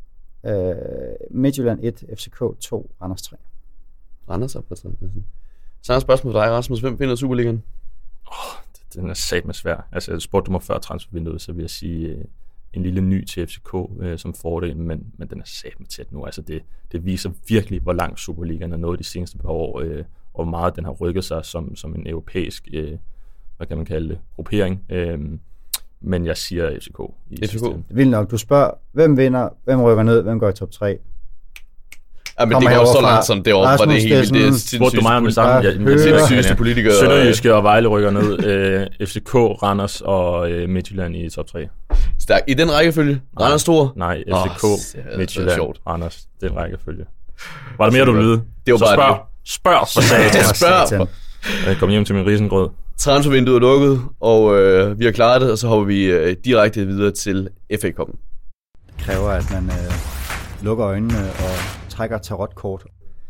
Speaker 2: Midtjylland 1, FCK 2, Randers 3.
Speaker 3: Randers op på 3. Så er et spørgsmål til dig, Rasmus. Hvem vinder Superligaen?
Speaker 4: Den er satme svær. Altså, jeg spurgte du mig før transfervinduet, så vil jeg sige en lille ny til FCK som fordel, men den er satme tæt nu. Altså det viser virkelig, hvor langt Superligaen er nået de seneste par år, og hvor meget den har rykket sig som en europæisk, hvad kan man kalde det, gruppering. Men jeg siger FCK.
Speaker 2: FCK. Vildt nok. Du spørger, hvem vinder, hvem rykker ned, hvem går i top 3?
Speaker 3: Ja, men det går så langt som det år, var det helt vildt.
Speaker 4: Spurgte du mig om det samme?
Speaker 3: Sindssygeste politikere.
Speaker 4: Sønderjyske og Vejle rykker ned. FCK, Randers og Midtjylland i top 3.
Speaker 3: Stærk. I den rækkefølge? Randers store?
Speaker 4: Nej, FCK, Midtjylland, Randers. Den rækkefølge. Var der mere, du ville?
Speaker 3: Det var
Speaker 4: så
Speaker 3: bare
Speaker 4: spørg for satan. Jeg kom hjem til min risengrød.
Speaker 3: Transfervinduet er lukket, og vi har klaret det, og så hopper vi direkte videre til FA-koppen.
Speaker 2: Det kræver, at man lukker øjnene og trækker tarotkort.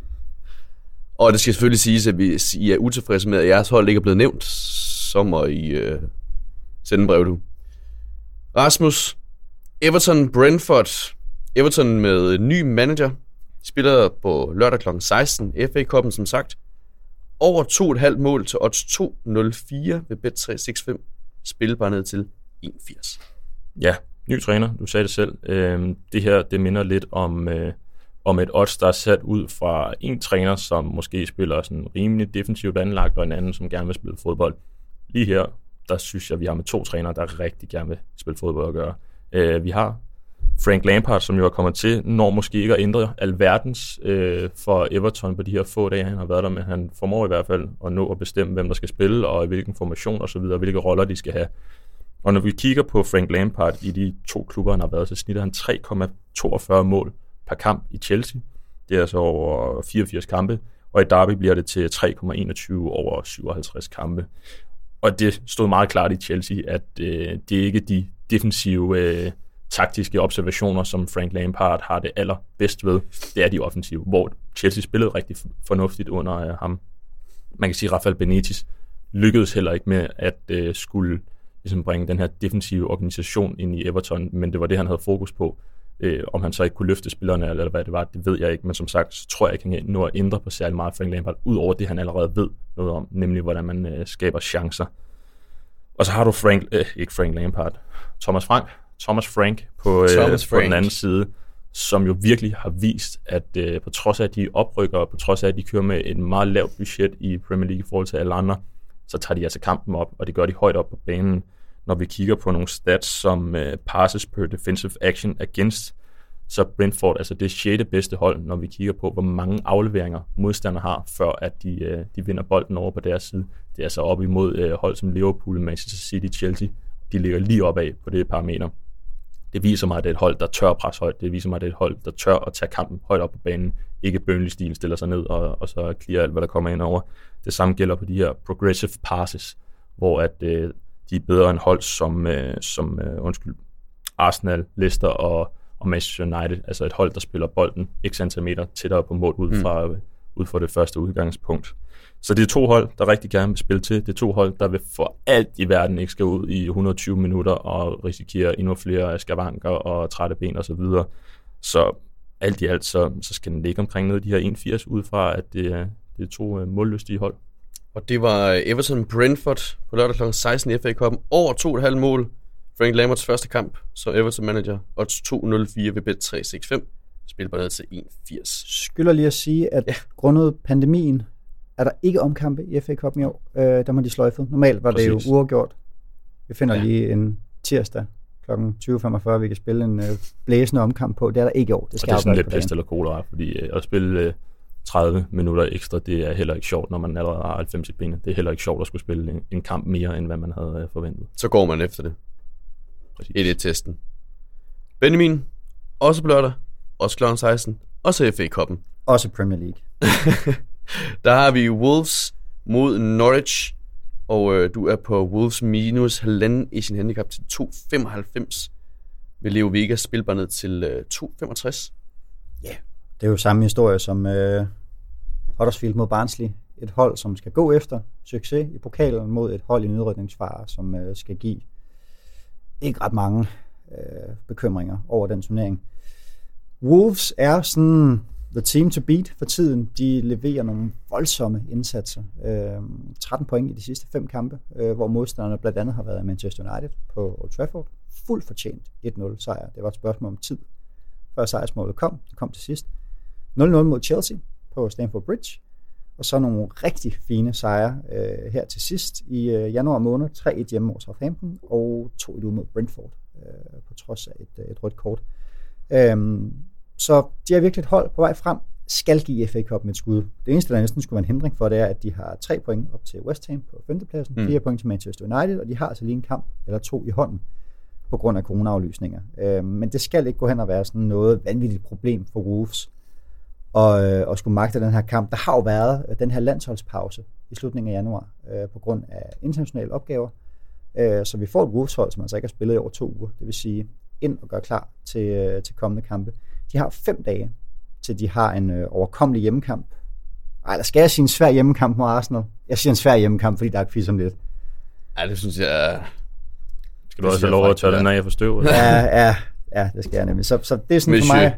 Speaker 3: Og det skal selvfølgelig siges, at hvis I er utilfredse med, at jeres hold ikke er blevet nævnt, så må I sende en brev, du. Rasmus, Everton Brentford. Everton med ny manager. De spiller på lørdag kl. 16. FA-koppen, som sagt. Over 2,5 mål til odds 2,04 ved Bet365. Spil bare ned til 1,80.
Speaker 4: Ja, ny træner. Du sagde det selv. Det her, det minder lidt om et odds, der er sat ud fra en træner, som måske spiller sådan rimelig defensivt anlagt, og en anden, som gerne vil spille fodbold. Lige her, der synes jeg, vi har med 2 trænere, der rigtig gerne vil spille fodbold at gøre. Vi har Frank Lampard, som jo er kommet til, når måske ikke at ændre alverdens for Everton på de her få dage, han har været der, men han formår i hvert fald at nå at bestemme, hvem der skal spille, og i hvilken formation osv., og hvilke roller de skal have. Og når vi kigger på Frank Lampard i de 2 klubber, han har været, så snitter han 3,42 mål per kamp i Chelsea. Det er altså over 84 kampe, og i Derby bliver det til 3,21 over 57 kampe. Og det stod meget klart i Chelsea, at det er ikke de defensive taktiske observationer, som Frank Lampard har det allerbedst ved. Det er de offensive, hvor Chelsea spillede rigtig fornuftigt under ham. Man kan sige, at Rafael Benitez lykkedes heller ikke med at skulle ligesom bringe den her defensive organisation ind i Everton, men det var det, han havde fokus på. Om han så ikke kunne løfte spillerne, eller hvad det var, det ved jeg ikke. Men som sagt, så tror jeg ikke, han kan nå at ændre på særlig meget Frank Lampard, ud over det, han allerede ved noget om, nemlig hvordan man skaber chancer. Og så har du Thomas Frank på den anden side, som jo virkelig har vist, at på trods af, at de oprykker, og på trods af, at de kører med et meget lavt budget i Premier League i forhold til alle andre, så tager de altså kampen op, og det gør de højt op på banen. Når vi kigger på nogle stats som passes per defensive action against, så Brentford altså det 6. bedste hold, når vi kigger på, hvor mange afleveringer modstandere har, før at de vinder bolden over på deres side. Det er altså op imod hold som Liverpool, Manchester City, Chelsea. De ligger lige opad på det parameter. Det viser mig, at det er et hold, der tør presse højt. Det viser mig, at det er et hold, der tør at tage kampen højt op på banen. Ikke Burnley-stil stiller sig ned og så clear alt, hvad der kommer ind over. Det samme gælder på de her progressive passes, hvor at de er bedre end hold som Arsenal, Leicester og Manchester United. Altså et hold, der spiller bolden x antal meter tættere på mål ud fra det første udgangspunkt. Så det er 2 hold, der rigtig gerne vil spille til. Det er 2 hold, der vil for alt i verden ikke skal ud i 120 minutter og risikere endnu flere skavanker og trætte ben og så videre. Så alt i alt, så skal den ligge omkring noget de her 1,80 ud fra, at det er 2 målløstige hold.
Speaker 3: Og det var Everton Brentford på lørdag kl. 16 i FA-koppen. Over 2,5 mål. Frank Lampards første kamp som Everton manager. Odds 2,04 ved Bet365. Spil bare ned til 1,80.
Speaker 2: Skylder lige at sige, at grundet pandemien, er der ikke omkampe i FA-koppen i år. Der må de sløjfet. Normalt var det jo uafgjort. Vi finder lige en tirsdag kl. 20.45, vi kan spille en blæsende omkamp på. Det er der ikke i år. Det skal
Speaker 4: og det er sådan lidt pest eller kolera, fordi at spille 30 minutter ekstra, det er heller ikke sjovt, når man allerede har 90 i benet. Det er heller ikke sjovt at skulle spille en kamp mere, end hvad man havde forventet.
Speaker 3: Så går man efter det. 1-1-testen. Benjamin, også på lørdag, også kl. 16, også FA-koppen.
Speaker 2: Også Premier League.
Speaker 3: Der har vi Wolves mod Norwich, og du er på Wolves minus 1,5 i sin handicap til 2,95. Vil Leo Vega spille bare ned til 2,65.
Speaker 2: Ja, det er jo samme historie som Huddersfield mod Barnsley. Et hold, som skal gå efter succes i pokalen mod et hold i nedrykningsfare, som skal give ikke ret mange bekymringer over den turnering. Wolves er sådan the team to beat for tiden. De leverer nogle voldsomme indsatser. 13 point i de sidste 5 kampe, hvor modstanderne blandt andet har været Manchester United på Old Trafford. Fuldt fortjent 1-0 sejr. Det var et spørgsmål om tid, før sejrsmålet kom. Det kom til sidst. 0-0 mod Chelsea på Stamford Bridge. Og så nogle rigtig fine sejre her til sidst i januar måned. 3-1 hjemme mod Southampton og 2-1 ude mod Brentford, på trods af et rødt kort. Så de har virkelig et hold på vej frem, skal give FA Cup et skud. Det eneste, der næsten skulle være en hindring for, det er, at de har 3 point op til West Ham på 5. pladsen, 4 point til Manchester United, og de har altså lige en kamp eller 2 i hånden på grund af corona-aflysninger. Men det skal ikke gå hen og være sådan noget vanvittigt problem for Wolves og skulle magte den her kamp. Der har jo været den her landsholdspause i slutningen af januar på grund af internationale opgaver. Så vi får et Wolves-hold, som altså ikke har spillet i over 2 uger. Det vil sige ind og gøre klar til kommende kampe. De har 5 dage, til de har en overkommelig hjemmekamp. Eller skal jeg sige en svær hjemmekamp mod Arsenal? Jeg siger en svær hjemmekamp, fordi der er quiz om lidt.
Speaker 3: Ja, det synes jeg...
Speaker 4: Skal du også have lov at tørre den af for støv?
Speaker 2: Ja, det skal jeg nemlig. Så det er sådan for mig,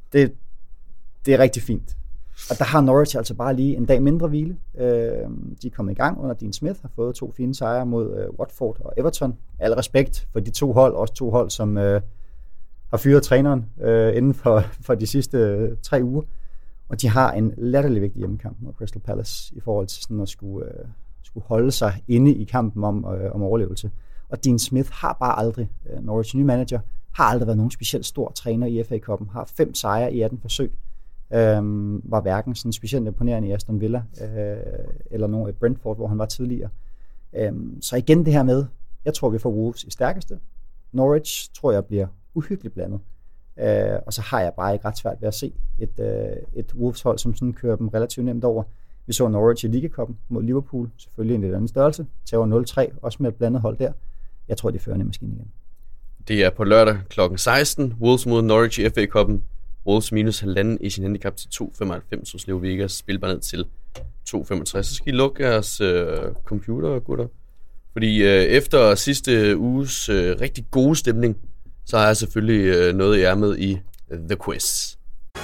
Speaker 2: det er rigtig fint. Og der har Norwich altså bare lige en dag mindre hvile. De er kommet i gang under Dean Smith, har fået 2 fine sejre mod Watford og Everton. Al respekt for de 2 hold, også 2 hold, som har fyret træneren inden for de sidste 3 uger. Og de har en latterlig vigtig hjemmekamp mod Crystal Palace i forhold til sådan at skulle holde sig inde i kampen om overlevelse. Og Dean Smith har bare aldrig, Norwich nye manager, har aldrig været nogen specielt stor træner i FA Cup'en, har 5 sejre i 18 forsøg. Var hverken sådan specielt imponerende i Aston Villa eller nogen i Brentford, hvor han var tidligere. Så igen det her med, jeg tror vi får Wolves i stærkeste. Norwich tror jeg bliver uhyggeligt blandet. Og så har jeg bare ikke ret svært ved at se et Wolves hold, som sådan kører dem relativt nemt over. Vi så Norwich i Liga Cup'en mod Liverpool, selvfølgelig en lidt anden størrelse. Tager 0-3, også med et blandet hold der. Jeg tror, de fører en maskine igen. Det
Speaker 3: er på lørdag kl. 16. Wolves mod Norwich i FA Cup'en. Wolves minus 1,5 i sin handicap til 2,95 hos Leo Vegas. Spil bare ned til 2,65. Så skal I lukke jeres computer, gutter. Fordi efter sidste uges rigtig gode stemning, så har jeg selvfølgelig noget i ærmet i The Quiz.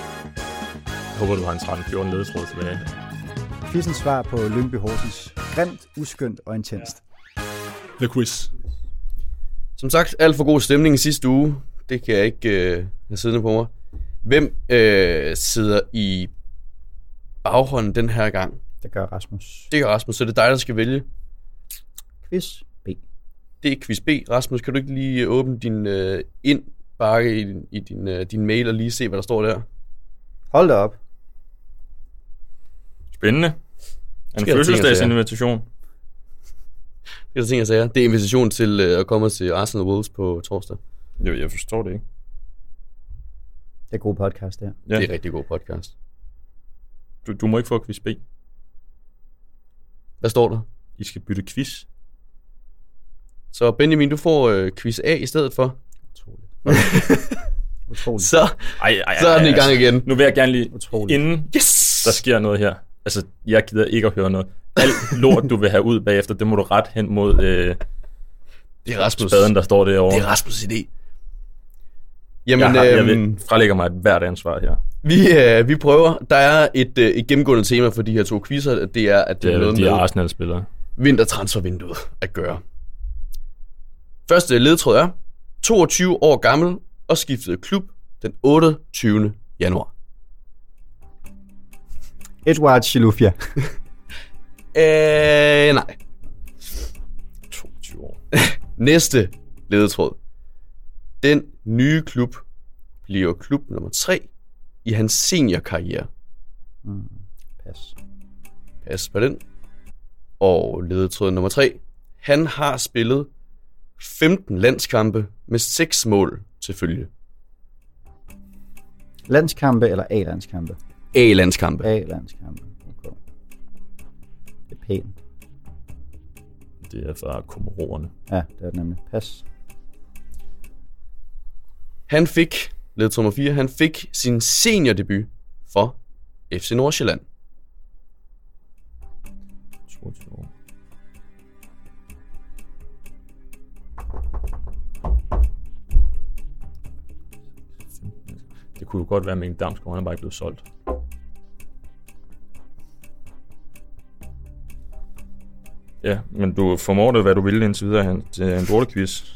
Speaker 4: Jeg håber, du har en 13-14 ledetråd tilbage.
Speaker 2: Quizens svar på Lyngby Horsens. Grimt, uskyndt og intenst.
Speaker 1: The Quiz.
Speaker 3: Som sagt, alt for god stemning i sidste uge. Det kan jeg ikke have siddende på mig. Hvem sidder i baghånden den her gang?
Speaker 2: Det gør Rasmus.
Speaker 3: Det gør Rasmus, så det er dig, der skal vælge.
Speaker 2: Quiz B.
Speaker 3: Det er quiz B. Rasmus, kan du ikke lige åbne din indbakke i din mail og lige se, hvad der står der?
Speaker 2: Hold da op.
Speaker 4: Spændende. En fødselsdagsinvitation.
Speaker 3: Det er der ting, jeg siger. Det er invitation til at komme til Arsenal Wolves på torsdag.
Speaker 4: Jo, jeg forstår det ikke.
Speaker 2: Det er god podcast, det her.
Speaker 3: Ja. Det er rigtig god podcast.
Speaker 4: Du må ikke få quiz B.
Speaker 3: Hvad står der?
Speaker 4: I skal bytte quiz.
Speaker 3: Så Benjamin, du får quiz A i stedet for.
Speaker 2: Utroligt.
Speaker 3: Så er den i gang igen.
Speaker 4: Nu vil jeg gerne lige, inden der sker noget her. Altså, jeg gider ikke at høre noget. Alt lort, du vil have ud bagefter, det må du ret hen mod
Speaker 3: det er Rasmus.
Speaker 4: Spaden, der står derovre.
Speaker 3: Det er Rasmus' idé. Jamen,
Speaker 4: jeg frelægger mig et hvert ansvar her.
Speaker 3: Vi prøver. Der er et gennemgående tema for de her 2 quizzer. Det er, at det er noget
Speaker 4: de med Arsenal-spillere.
Speaker 3: Vintertransfervinduet at gøre. Første ledetråd er 22 år gammel og skiftede klub den 28. januar.
Speaker 2: Edouard Chilufya.
Speaker 3: Nej.
Speaker 4: 22 år.
Speaker 3: Næste ledetråd. Den nye klub bliver klub nummer 3 i hans seniorkarriere. Pas på den. Og ledetråd nummer 3. Han har spillet 15 landskampe med 6 mål til følge.
Speaker 2: Landskampe eller A-landskampe?
Speaker 3: A-landskampe.
Speaker 2: A-landskampe. Okay. Det er pænt.
Speaker 4: Det er fra Komorerne.
Speaker 2: Ja, det er det nemlig. Pas.
Speaker 3: Han fik, ledetråd nummer 4, han fik sin seniordebut for FC Nordsjælland.
Speaker 4: 22 år. Det kunne jo godt være, at Mikkel Damsgaard, han er bare ikke blevet solgt. Ja, men du formår det, hvad du ville indtil videre til en lortequiz.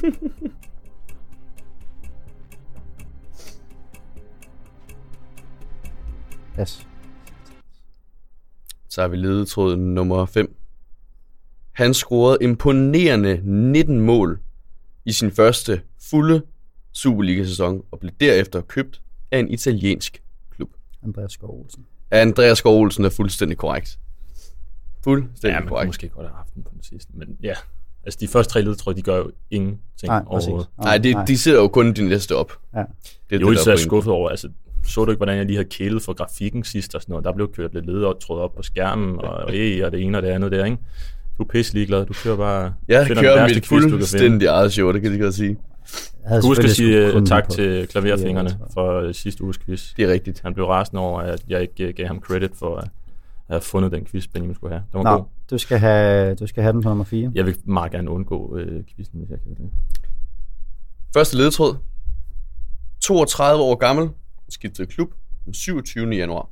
Speaker 2: Yes.
Speaker 3: Så har vi ledetråd nummer 5. Han scorede imponerende 19 mål i sin første fulde Superliga-sæson og blev derefter købt af en italiensk klub.
Speaker 2: Andreas Skov Olsen.
Speaker 3: Andreas Skov Olsen er fuldstændig korrekt. Fuldstændig
Speaker 4: man
Speaker 3: korrekt.
Speaker 4: kunne måske godt have haft den på den sidste, men ja. Altså de første 3 ledetråd, de gør jo ingenting overhovedet.
Speaker 3: Nej, de sidder jo kun de næste op.
Speaker 2: Ja.
Speaker 3: Det
Speaker 4: Jo, så er jeg skuffet over, altså så du ikke, hvordan jeg lige havde kælet for grafikken sidst og sådan noget. Der blev kørt lidt ledetråd op på skærmen, og det ene og det andet der, ikke? Du er pisse ligeglad, du kører bare...
Speaker 3: Jeg kører mit fuldstændig eget show, det kan jeg godt sige.
Speaker 4: Du husker at sige tak til klaverfingrene for sidste uges quiz.
Speaker 3: Det er rigtigt.
Speaker 4: Han blev rasende over, at jeg ikke gav ham credit for at have fundet den quiz, Benjamin skulle have. Den var god.
Speaker 2: Du skal have den på nummer 4.
Speaker 4: Jeg vil meget gerne undgå quizzen, hvis jeg kan det.
Speaker 3: Første ledetråd. 32 år gammel. Skiftede klub den 27. januar.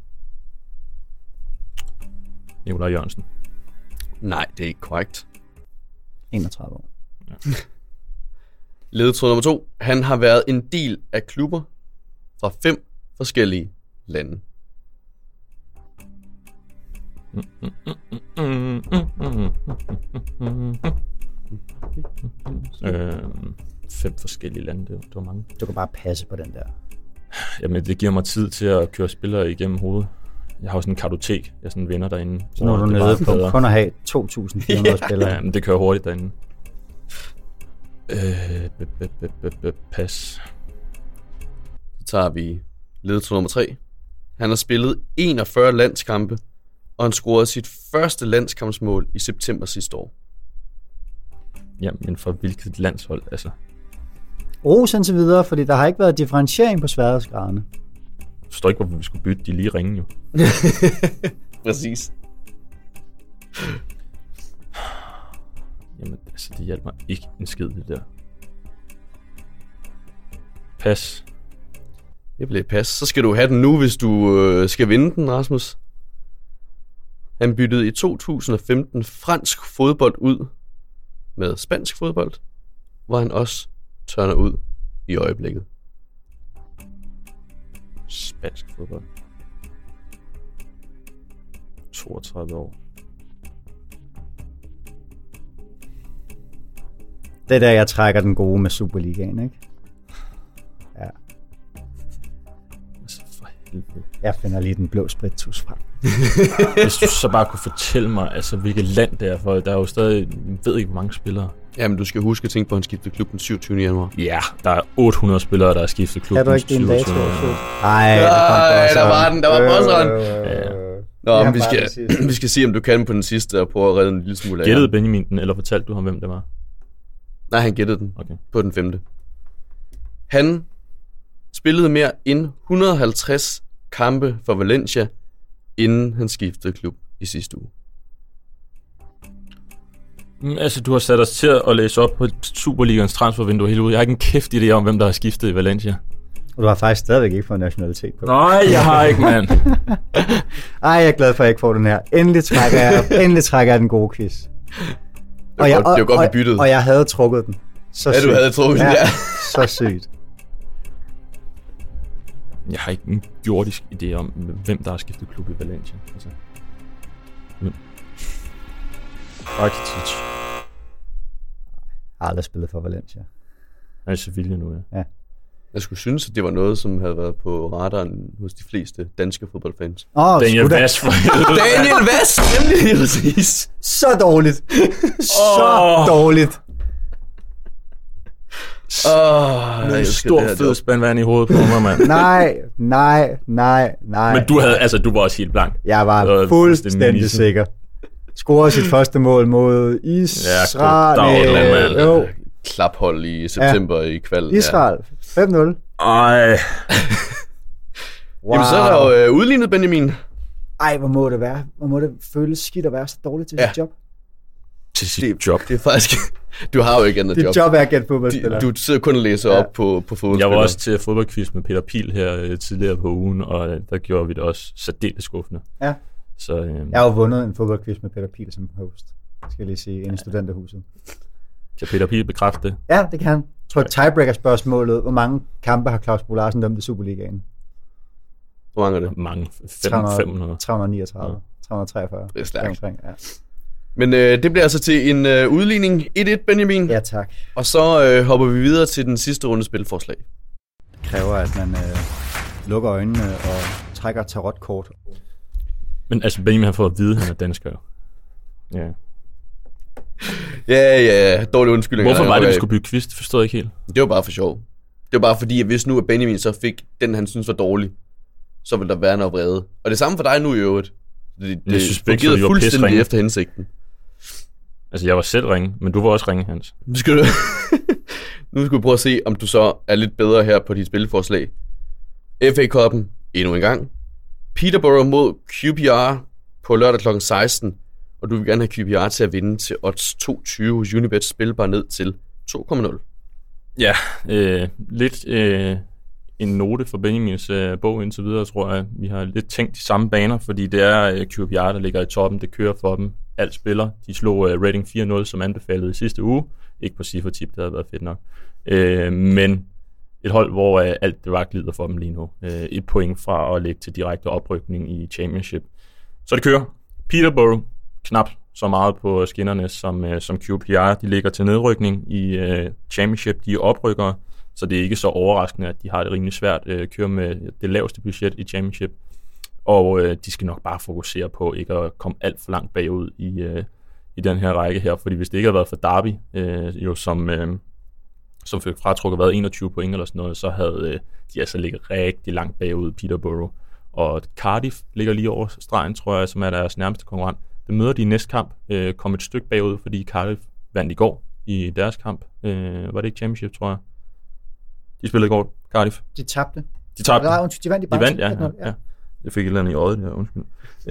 Speaker 4: Nikolaj Jørgensen.
Speaker 3: Nej, det er ikke korrekt.
Speaker 2: 31 år.
Speaker 4: Ja.
Speaker 3: Ledetråd nummer 2. Han har været en del af klubber fra 5 forskellige lande.
Speaker 4: Fem forskellige lande, det var mange.
Speaker 2: Du kan bare passe på den der.
Speaker 4: Jamen, det giver mig tid til at køre spillere igennem hovedet. Jeg har jo sådan en kartotek, jeg sådan vinder derinde.
Speaker 2: Så når du er nede på kun at have 2.400 spillere.
Speaker 4: Ja, men det kører hurtigt derinde. Pas.
Speaker 3: Så tager vi ledetråd nummer 3. Han har spillet 41 landskampe, og han scorede sit første landskampsmål i september sidste år.
Speaker 4: Ja, men for hvilket landshold, altså?
Speaker 2: Ros indtil videre, fordi der har ikke været differentiering på sværhedsgraderne.
Speaker 4: Jeg forstår ikke, hvorfor vi skulle bytte, de lige ringe jo.
Speaker 3: Præcis.
Speaker 4: Jamen, altså, det hjælper mig ikke en skid, det der. Pas.
Speaker 3: Det bliver et pas. Så skal du have den nu, hvis du skal vinde den, Rasmus. Han byttede i 2015 fransk fodbold ud med spansk fodbold, hvor han også tørner ud i øjeblikket.
Speaker 4: Spansk fodbold. 32 år.
Speaker 2: Det er der, jeg trækker den gode med Superligaen, ikke? Ja.
Speaker 4: Altså, for helvede.
Speaker 2: Jeg finder lige den blå sprittus frem.
Speaker 4: Hvis du så bare kunne fortælle mig, altså, hvilket land det er, for der er jo stadig, jeg ved ikke, hvor mange spillere.
Speaker 3: Jamen, du skal huske at tænke på, at han skiftede klub den 27. januar.
Speaker 4: Ja, der er 800 spillere, der har skiftet klub.
Speaker 2: Kan du ikke din dato?
Speaker 3: Nej, der var den. Der var bosseren. Nå, men vi skal se, om du kan på den sidste og prøve at redde en lille smule af.
Speaker 4: Gættede Benjamin den, eller fortalte du ham, hvem det var?
Speaker 3: Nej, han gættede den.
Speaker 4: Okay.
Speaker 3: På den 5. Han spillede mere end 150 kampe for Valencia, inden han skiftede klub i sidste uge.
Speaker 4: Altså, du har sat os til at læse op på Superligans transfervindue hele ugen. Jeg har ikke en kæft idé om, hvem der har skiftet i Valencia.
Speaker 2: Og du har faktisk stadigvæk ikke fået nationalitet på.
Speaker 4: Nej, jeg har ikke, mand.
Speaker 2: Ej, jeg er glad for, at jeg ikke får den her. Endelig trækker jeg den gode quiz.
Speaker 3: Det var godt, vi byttede.
Speaker 2: Og jeg havde trukket den. Så sygt.
Speaker 3: Du havde trukket den, ja.
Speaker 2: Så sygt.
Speaker 4: Jeg har ikke en jordisk idé om, hvem der har skiftet klub i Valencia. Altså. Rakitic.
Speaker 2: Jeg har aldrig spillet for Valencia.
Speaker 4: Han er i Sevilla nu, ja.
Speaker 3: Jeg skulle synes, at det var noget, som havde været på radaren hos de fleste danske fodboldfans.
Speaker 4: Daniel Vass for helvede.
Speaker 3: Daniel Vass, nemlig præcis.
Speaker 2: Så dårligt. Så dårligt.
Speaker 4: Med en stor fed spandvand i hovedet på mig, mand.
Speaker 2: Nej.
Speaker 4: Men du var også helt blank.
Speaker 2: Jeg var fuldstændig sikker. Scorede sit første mål mod Israel.
Speaker 3: Ja, klaphold i september i kvalden.
Speaker 2: Israel. 5-0.
Speaker 4: Ej.
Speaker 3: Wow. Jamen, så er der jo udlignet, Benjamin.
Speaker 2: Ej, hvor må det være? Hvor må det føles skidt at være så dårligt til sit job?
Speaker 4: Til sit job?
Speaker 3: Det er faktisk... Du har jo ikke andet job.
Speaker 2: Dit job er at gætte fodboldspiller.
Speaker 3: Du sidder kun og læser op på fodboldspiller.
Speaker 4: Jeg var også til fodboldquiz med Peter Pil her tidligere på ugen, og der gjorde vi det også særdeles skuffende.
Speaker 2: Ja.
Speaker 4: Så,
Speaker 2: jeg har jo vundet en fodboldquiz med Peter Pil som host. skal jeg lige sige, inde i studenterhuset.
Speaker 4: Kan Peter Pihl bekræfte det?
Speaker 2: Ja, det kan han. Tryk tiebreaker-spørgsmålet. Hvor mange kampe har Claus Bo Larsen dømt i Superligaen?
Speaker 3: Hvor mange er det?
Speaker 4: Mange.
Speaker 2: 500.
Speaker 4: 539.
Speaker 2: 339. 343.
Speaker 3: Det er stærkt.
Speaker 2: Ja.
Speaker 3: Men det bliver altså til en udligning 1-1, Benjamin.
Speaker 2: Ja, tak.
Speaker 3: Og så hopper vi videre til den sidste runde spilforslag.
Speaker 2: Det kræver, at man lukker øjnene og trækker tarotkort.
Speaker 4: Men altså, Benjamin har fået at vide, at han er dansker. Ja.
Speaker 3: Ja, dårlig undskyldning.
Speaker 4: Hvorfor var det, vi skulle bygge quiz? Det forstod jeg ikke helt.
Speaker 3: Det var bare for sjov. Det var bare fordi, at hvis nu at Benjamin så fik den, han synes var dårlig, så ville der være noget vrede. Og det samme for dig nu i øvrigt. Det
Speaker 4: synes
Speaker 3: fungerede fuldstændig efter hensigten.
Speaker 4: Altså, jeg var selv ringe, men du var også ringe, Hans.
Speaker 3: Nu skal vi prøve at se, om du så er lidt bedre her på dit spilforslag. FA-cupen endnu en gang. Peterborough mod QPR på lørdag kl. 16. Og du vil gerne have QPR til at vinde til odds 2,20 hos Unibet, spilbar ned til 2,0.
Speaker 4: Ja, lidt en note for Benjamins bog indtil videre, tror jeg. Vi har lidt tænkt de samme baner, fordi det er QPR, der ligger i toppen. Det kører for dem. Alt spiller. De slog rating 4-0, som anbefalet i sidste uge. Ikke på Cifra-tip, det havde været fedt nok. Men et hold, hvor alt det var glider for dem lige nu. Et point fra at lægge til direkte oprykning i Championship. Så det kører. Peterborough, knap så meget på skinnerne som QPR. De ligger til nedrykning i Championship. De er oprykkere, så det er ikke så overraskende, at de har det rimelig svært. Kører med det laveste budget i Championship. Og de skal nok bare fokusere på ikke at komme alt for langt bagud i den her række her. Fordi hvis det ikke havde været for Derby, som fik fratrukket været 21 point eller sådan noget, så havde de altså ligget rigtig langt bagud Peterborough. Og Cardiff ligger lige over stregen, tror jeg, som er deres nærmeste konkurrent. Det møder de i næste kamp, kom et stykke bagud, fordi Cardiff vandt i går i deres kamp. Var det ikke Championship, tror jeg? De spillede i går, Cardiff.
Speaker 2: De tabte.
Speaker 4: De
Speaker 2: vandt i bare.
Speaker 4: De vandt, ja. Jeg fik et eller andet i øjet, der, undskyld.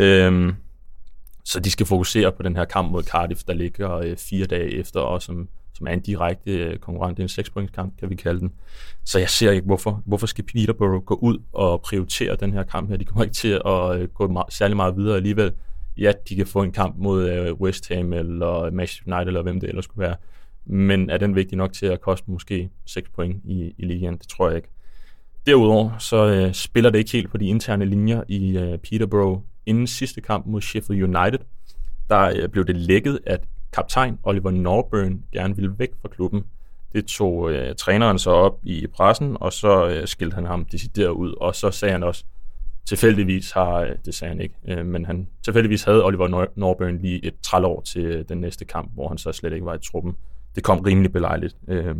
Speaker 4: Så de skal fokusere på den her kamp mod Cardiff, der ligger 4 dage efter, og som er en direkte konkurrent. Det er en 6-points kamp, kan vi kalde den. Så jeg ser ikke, hvorfor skal Peterborough gå ud og prioritere den her kamp her. De kommer ikke til at gå særlig meget videre alligevel. Ja, de kan få en kamp mod West Ham eller Manchester United, eller hvem det ellers skulle være. Men er den vigtig nok til at koste måske 6 point i ligaen? Det tror jeg ikke. Derudover så spiller det ikke helt på de interne linjer i Peterborough. Inden sidste kamp mod Sheffield United, der blev det lækket, at kaptajn Oliver Norburn gerne ville væk fra klubben. Det tog træneren så op i pressen, og så skilte han ham decideret ud. Og så sagde han også, tilfældigvis det sagde han ikke, men tilfældigvis havde Oliver Norburn lige et trælår til den næste kamp, hvor han så slet ikke var i truppen. Det kom rimelig belejligt.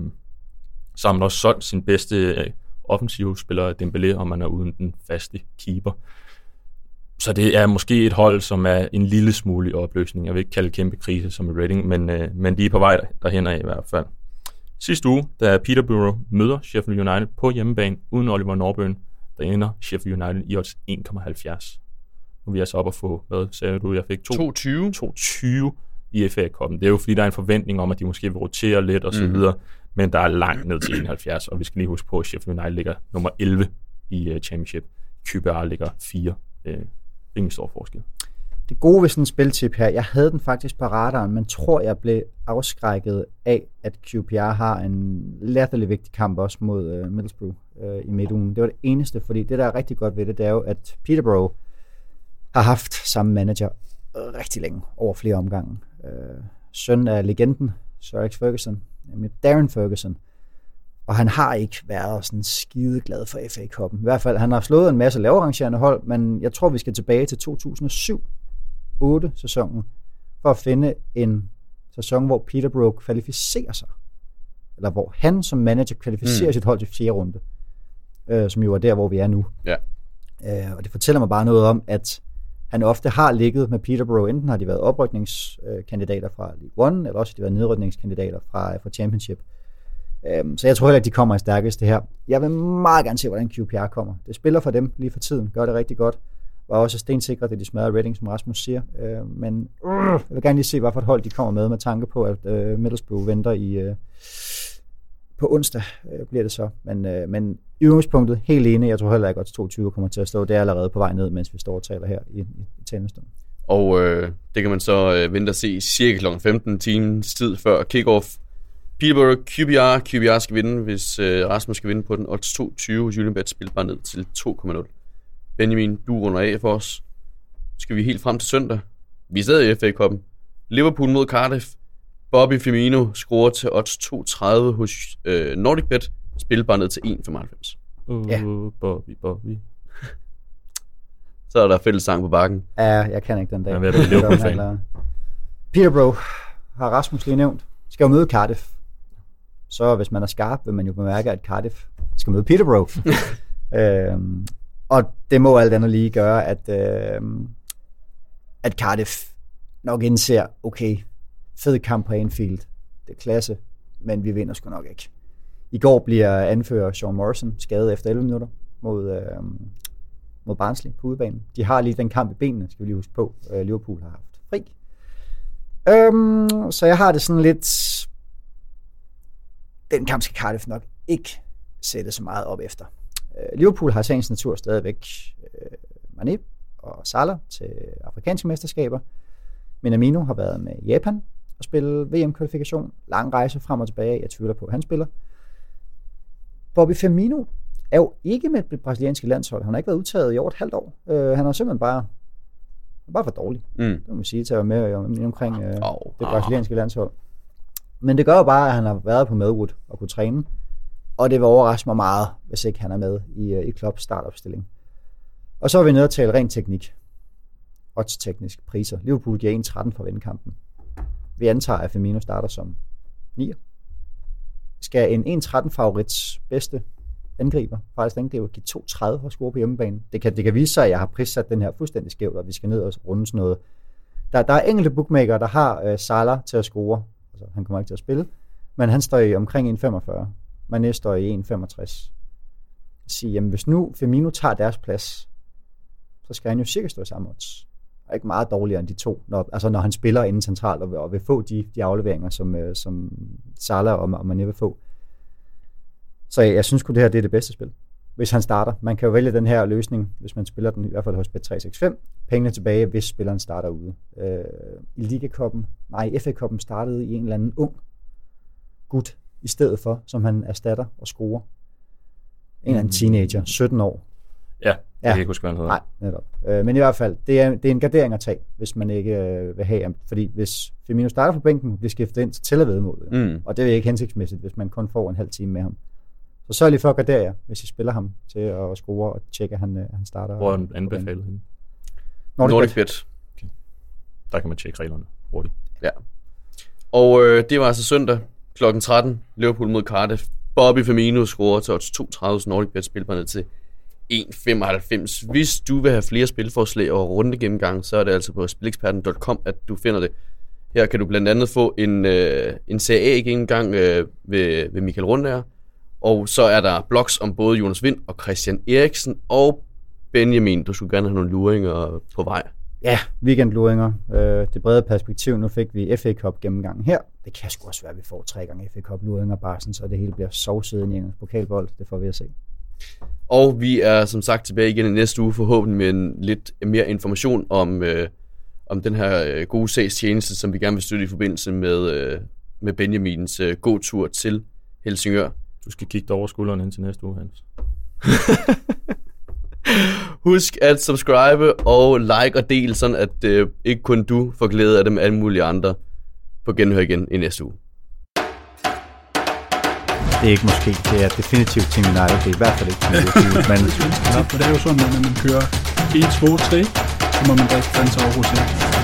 Speaker 4: Så har man også solgt sin bedste offensive spiller, Dembélé, og man er uden den faste keeper. Så det er måske et hold, som er en lille smule i opløsning. Jeg vil ikke kalde kæmpe krise som i Reading, men de er på vej derhen af i hvert fald. Sidste uge, da Peterborough møder Sheffield United på hjemmebane uden Oliver Norburn, der ender Sheffield United i odds 1,70. Nu vil jeg så op og få, hvad sagde du, jeg fik 2,20 i FA-cupen. Det er jo fordi, der er en forventning om, at de måske vil rotere lidt og så videre, men der er langt ned til 71, og vi skal lige huske på, at Sheffield United ligger nummer 11 i Championship. QPR ligger 4. Rimelig stor forskel.
Speaker 2: Det gode ved sådan en spiltip her, jeg havde den faktisk på radaren, men tror jeg blev afskrækket af, at QPR har en latterlig vigtig kamp også mod Middlesbrough i midtugen. Det var det eneste, fordi det der er rigtig godt ved det, det er jo, at Peterborough har haft samme manager rigtig længe, over flere omgange. Søn af legenden, Sir Alex Ferguson, nemlig Darren Ferguson. Og han har ikke været sådan skideglad for FA-cupen. I hvert fald, han har slået en masse lavrangerende hold, men jeg tror, vi skal tilbage til 2007-8-sæsonen, for at finde en sæson, hvor Peterborough kvalificerer sig. Eller hvor han som manager kvalificerer sit hold til 4. runde. Som jo er der, hvor vi er nu.
Speaker 3: Ja.
Speaker 2: Og det fortæller mig bare noget om, at han ofte har ligget med Peterborough. Enten har de været oprykningskandidater fra League One, eller også har de været nedrykningskandidater fra Championship. Så jeg tror heller ikke, de kommer i stærkeste her. Jeg vil meget gerne se, hvordan QPR kommer. Det spiller for dem lige for tiden. Gør det rigtig godt. Var også stensikret, at de smadrer Reading, som Rasmus siger. Men jeg vil gerne lige se, hvad for et hold de kommer med tanke på, at Middlesbrough venter på onsdag bliver det så. Men i udgangspunktet, helt enig, jeg tror heller ikke, at 22 kommer til at stå. Det er allerede på vej ned, mens vi står og taler her i talende stund.
Speaker 3: Og det kan man så vente at se cirka kl. 15 timens tid før kickoff. Peterborough QPR skal vinde, hvis Rasmus skal vinde på den. Odds 2.20, Unibet spiller bare ned til 2,0. Benjamin, du runder af for os. Skal vi helt frem til søndag. Vi er stadig i FA Cup'en. Liverpool mod Cardiff. Bobby Firmino scorer til odds 2.30 hos NordicBet. Spiller bare ned til 1,95.
Speaker 2: Ja.
Speaker 4: Bobby.
Speaker 3: Så er der fællessang på bakken.
Speaker 2: Ja, jeg kan ikke den dag.
Speaker 4: Jeg ved, du er Liverpool-fan.
Speaker 2: Peterborough har Rasmus lige nævnt. Skal jo møde Cardiff. Så hvis man er skarp, vil man jo bemærke, at Cardiff skal møde Peterborough. Og det må alt andet lige gøre, at Cardiff nok indser, okay, fed kamp på Anfield. Det er klasse, men vi vinder sgu nok ikke. I går bliver anfører Sean Morrison skadet efter 11 minutter mod Barnsley på udebanen. De har lige den kamp i benene, skal vi lige huske på. Liverpool har haft fri. Så jeg har det sådan lidt... Den kamp skal Cardiff nok ikke sætte så meget op efter. Liverpool har sagens natur stadigvæk Mané og Salah til afrikanske mesterskaber. Minamino har været med Japan og spille VM-kvalifikation. Lang rejse frem og tilbage. Jeg tvivler på, at han spiller. Bobby Firmino er jo ikke med det brasilianske landshold. Han har ikke været udtaget i over et halvt år. Han er simpelthen bare for dårlig. Det må man sige, til at være med omkring det brasilianske landshold. Men det gør jo bare, at han har været på Melwood og kunne træne. Og det vil overraske mig meget, hvis ikke han er med i Klopps startopstilling. Og så er vi nede og tale rent teknik. Odds-teknisk priser. Liverpool giver 1,13 for at vinde kampen. Vi antager, at Firmino starter som 9. Skal en 1,13 favorits bedste angriber give 2,30 for at score på hjemmebane? Det kan vise sig, at jeg har prissat den her fuldstændig skævt, og vi skal ned og runde sådan noget. Der er enkelte bookmaker, der har Salah til at score. Altså, han kommer ikke til at spille. Men han står i omkring 1,45. Mané står i 1,65. Sige, jamen hvis nu Firmino tager deres plads, så skal han jo cirka stå i samme odds. Og ikke meget dårligere end de to, når han spiller inden centralt og vil få de afleveringer, som Salah og Mané vil få. Så jeg synes det her det er det bedste spil, hvis han starter. Man kan jo vælge den her løsning, hvis man spiller den i hvert fald hos Bet365. Pengene tilbage, hvis spilleren starter ude. I FA Cup'en startede i en eller anden ung gut i stedet for, som han erstatter og scorer. En eller anden teenager, 17 år.
Speaker 4: Ja, jeg kan ikke huske, hvad han hedder.
Speaker 2: Nej, netop. Men i hvert fald, det er en gardering at tage, hvis man ikke vil have. Fordi hvis Firmino starter på bænken, bliver skiftet ind, så tæller vedmålet. Og det er ikke hensigtsmæssigt, hvis man kun får en halv time med ham. Så sørg lige for at gardere jer, hvis I spiller ham til at score og tjekke, at han starter.
Speaker 4: Hvor er den anbefalet hende?
Speaker 3: NordicBet.
Speaker 4: Okay. Der kan man tjekke reglerne hurtigt.
Speaker 3: Ja. Og det var altså søndag kl. 13. Liverpool mod Cardiff. Bobby Firmino scorer til odds 2,30, NordicBet spiller ned til 1,95. Hvis du vil have flere spilforslag og rundegennemgang, så er det altså på spileksperten.com, at du finder det. Her kan du blandt andet få en Serie A-gennemgang ved Michael Rundager. Og så er der blogs om både Jonas Vind og Christian Eriksen og Benjamin. Du skulle gerne have nogle luringer på vej.
Speaker 2: Ja, weekendluringer. Det brede perspektiv. Nu fik vi FA Cup gennemgangen her. Det kan sgu også være, at vi får 3 gange FA Cup luringer bare sådan, så det hele bliver sovsiden i engelsk pokalbold. Det får vi at se.
Speaker 3: Og vi er som sagt tilbage igen i næste uge, forhåbentlig med en lidt mere information om den her gode sagstjeneste, som vi gerne vil støtte i forbindelse med Benjamins gåtur til Helsingør.
Speaker 4: Du skal kigge dig over skulderen hen til næste uge, Hans.
Speaker 3: Husk at subscribe og like og del, sådan at ikke kun du får glæde af det med alle mulige andre. På genhør igen i næste uge.
Speaker 2: Det er ikke måske, det er definitivt Team United. Det er i hvert fald ikke Team United. Men
Speaker 1: det er jo sådan, at når man kører 1, 2, 3, så må man drikke Fanta og Rosé.